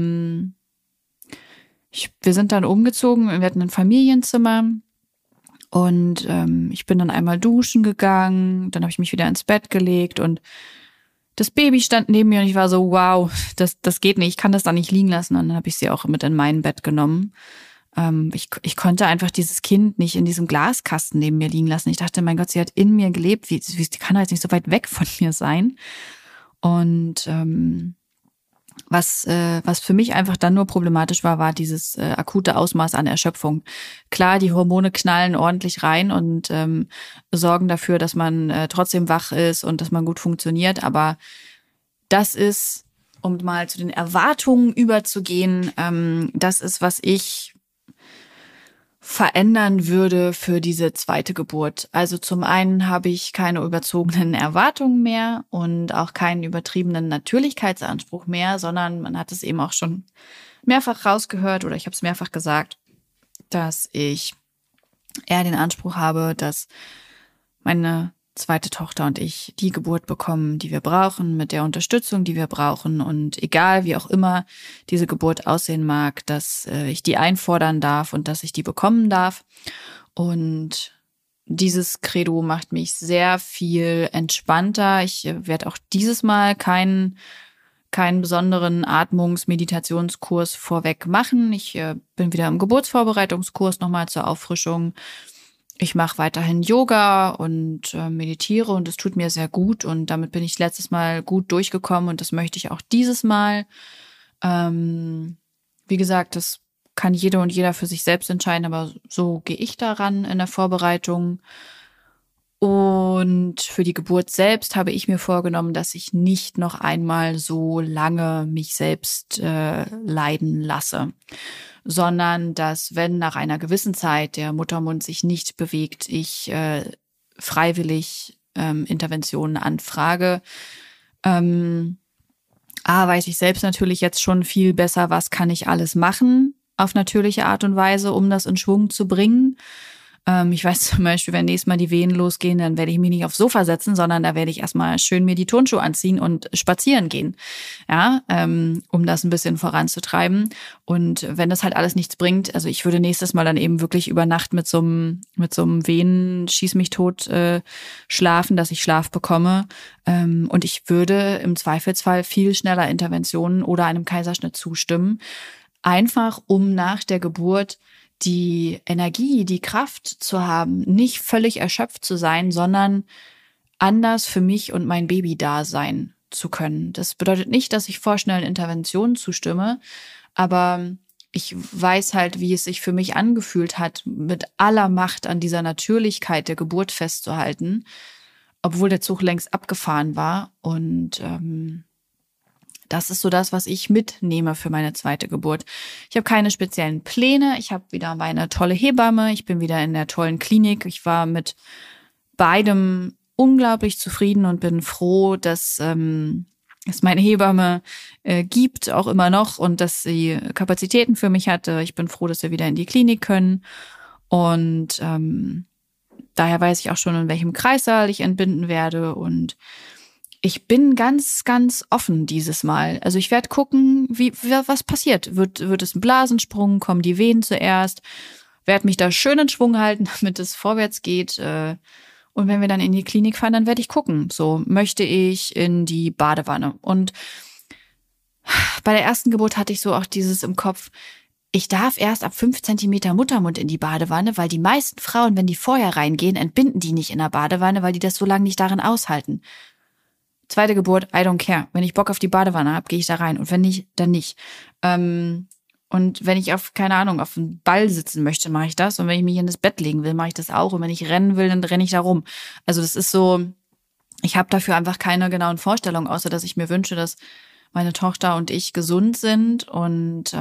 S1: Wir sind dann umgezogen, wir hatten ein Familienzimmer und ich bin dann einmal duschen gegangen, dann habe ich mich wieder ins Bett gelegt und das Baby stand neben mir und ich war so, wow, das geht nicht, ich kann das da nicht liegen lassen. Und dann habe ich sie auch mit in mein Bett genommen. Ich konnte einfach dieses Kind nicht in diesem Glaskasten neben mir liegen lassen. Ich dachte, mein Gott, sie hat in mir gelebt, wie die kann halt nicht so weit weg von mir sein. Und was für mich einfach dann nur problematisch war dieses akute Ausmaß an Erschöpfung. Klar, die Hormone knallen ordentlich rein und sorgen dafür, dass man trotzdem wach ist und dass man gut funktioniert. Aber das ist, um mal zu den Erwartungen überzugehen, das ist, was ich verändern würde für diese zweite Geburt. Also zum einen habe ich keine überzogenen Erwartungen mehr und auch keinen übertriebenen Natürlichkeitsanspruch mehr, sondern man hat es eben auch schon mehrfach rausgehört oder ich habe es mehrfach gesagt, dass ich eher den Anspruch habe, dass meine zweite Tochter und ich die Geburt bekommen, die wir brauchen, mit der Unterstützung, die wir brauchen. Und egal, wie auch immer diese Geburt aussehen mag, dass ich die einfordern darf und dass ich die bekommen darf. Und dieses Credo macht mich sehr viel entspannter. Ich werde auch dieses Mal keinen besonderen Atmungs-Meditationskurs vorweg machen. Ich bin wieder im Geburtsvorbereitungskurs nochmal zur Auffrischung. Ich mache weiterhin Yoga und meditiere und es tut mir sehr gut und damit bin ich letztes Mal gut durchgekommen und das möchte ich auch dieses Mal. Wie gesagt, das kann jede und jeder für sich selbst entscheiden, aber so gehe ich daran in der Vorbereitung. Und für die Geburt selbst habe ich mir vorgenommen, dass ich nicht noch einmal so lange mich selbst leiden lasse, sondern dass, wenn nach einer gewissen Zeit der Muttermund sich nicht bewegt, ich freiwillig Interventionen anfrage. Weiß ich selbst natürlich jetzt schon viel besser, was kann ich alles machen auf natürliche Art und Weise, um das in Schwung zu bringen. Ich weiß zum Beispiel, wenn nächstes Mal die Wehen losgehen, dann werde ich mich nicht aufs Sofa setzen, sondern da werde ich erstmal schön mir die Turnschuhe anziehen und spazieren gehen, ja, um das ein bisschen voranzutreiben. Und wenn das halt alles nichts bringt, also ich würde nächstes Mal dann eben wirklich über Nacht mit so einem Wehen schieß mich tot schlafen, dass ich Schlaf bekomme. Und ich würde im Zweifelsfall viel schneller Interventionen oder einem Kaiserschnitt zustimmen, einfach um nach der Geburt die Energie, die Kraft zu haben, nicht völlig erschöpft zu sein, sondern anders für mich und mein Baby da sein zu können. Das bedeutet nicht, dass ich vorschnellen Interventionen zustimme, aber ich weiß halt, wie es sich für mich angefühlt hat, mit aller Macht an dieser Natürlichkeit der Geburt festzuhalten, obwohl der Zug längst abgefahren war. Und das ist so das, was ich mitnehme für meine zweite Geburt. Ich habe keine speziellen Pläne. Ich habe wieder meine tolle Hebamme. Ich bin wieder in der tollen Klinik. Ich war mit beidem unglaublich zufrieden und bin froh, dass es meine Hebamme gibt, auch immer noch, und dass sie Kapazitäten für mich hatte. Ich bin froh, dass wir wieder in die Klinik können. Und daher weiß ich auch schon, in welchem Kreissaal ich entbinden werde. Und ich bin ganz, ganz offen dieses Mal. Also ich werde gucken, was passiert. Wird es ein Blasensprung? Kommen die Wehen zuerst? Werde mich da schön in Schwung halten, damit es vorwärts geht. Und wenn wir dann in die Klinik fahren, dann werde ich gucken. So, möchte ich in die Badewanne? Und bei der ersten Geburt hatte ich so auch dieses im Kopf, ich darf erst ab 5 Zentimeter Muttermund in die Badewanne, weil die meisten Frauen, wenn die vorher reingehen, entbinden die nicht in der Badewanne, weil die das so lange nicht darin aushalten. Zweite Geburt, I don't care. Wenn ich Bock auf die Badewanne habe, gehe ich da rein. Und wenn nicht, dann nicht. Und wenn ich auf einen Ball sitzen möchte, mache ich das. Und wenn ich mich in das Bett legen will, mache ich das auch. Und wenn ich rennen will, dann renne ich da rum. Also das ist so, ich habe dafür einfach keine genauen Vorstellungen, außer dass ich mir wünsche, dass meine Tochter und ich gesund sind und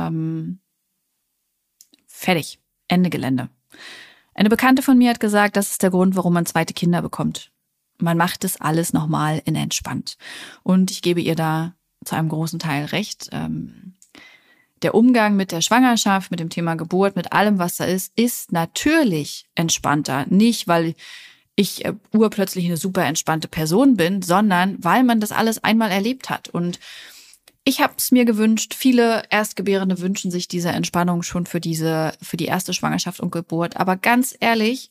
S1: fertig. Ende Gelände. Eine Bekannte von mir hat gesagt, das ist der Grund, warum man zweite Kinder bekommt. Man macht das alles nochmal in entspannt. Und ich gebe ihr da zu einem großen Teil recht. Der Umgang mit der Schwangerschaft, mit dem Thema Geburt, mit allem, was da ist natürlich entspannter. Nicht, weil ich urplötzlich eine super entspannte Person bin, sondern weil man das alles einmal erlebt hat. Und ich habe es mir gewünscht, viele Erstgebärende wünschen sich diese Entspannung schon für die erste Schwangerschaft und Geburt. Aber ganz ehrlich,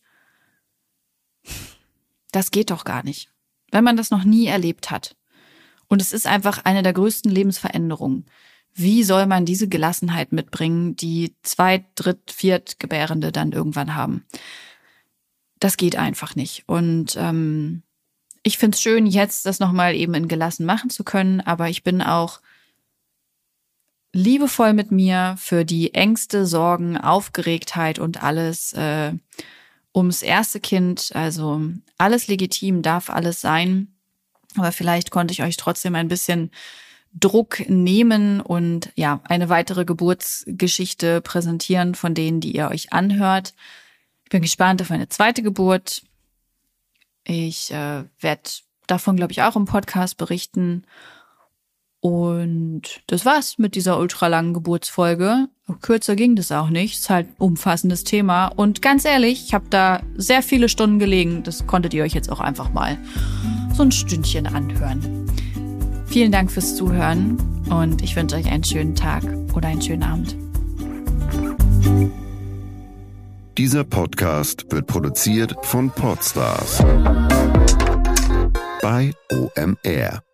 S1: das geht doch gar nicht, wenn man das noch nie erlebt hat. Und es ist einfach eine der größten Lebensveränderungen. Wie soll man diese Gelassenheit mitbringen, die 2-, 3-, 4 Gebärende dann irgendwann haben? Das geht einfach nicht. Und ich finde es schön, jetzt das nochmal eben in gelassen machen zu können, aber ich bin auch liebevoll mit mir für die Ängste, Sorgen, Aufgeregtheit und alles ums erste Kind. Also alles legitim, darf alles sein. Aber vielleicht konnte ich euch trotzdem ein bisschen Druck nehmen und ja, eine weitere Geburtsgeschichte präsentieren von denen, die ihr euch anhört. Ich bin gespannt auf meine zweite Geburt. Ich werde davon, glaube ich, auch im Podcast berichten. Und das war's mit dieser ultralangen Geburtsfolge. Kürzer ging das auch nicht. Ist halt ein umfassendes Thema. Und ganz ehrlich, ich habe da sehr viele Stunden gelegen. Das konntet ihr euch jetzt auch einfach mal so ein Stündchen anhören. Vielen Dank fürs Zuhören und ich wünsche euch einen schönen Tag oder einen schönen Abend.
S2: Dieser Podcast wird produziert von Podstars bei OMR.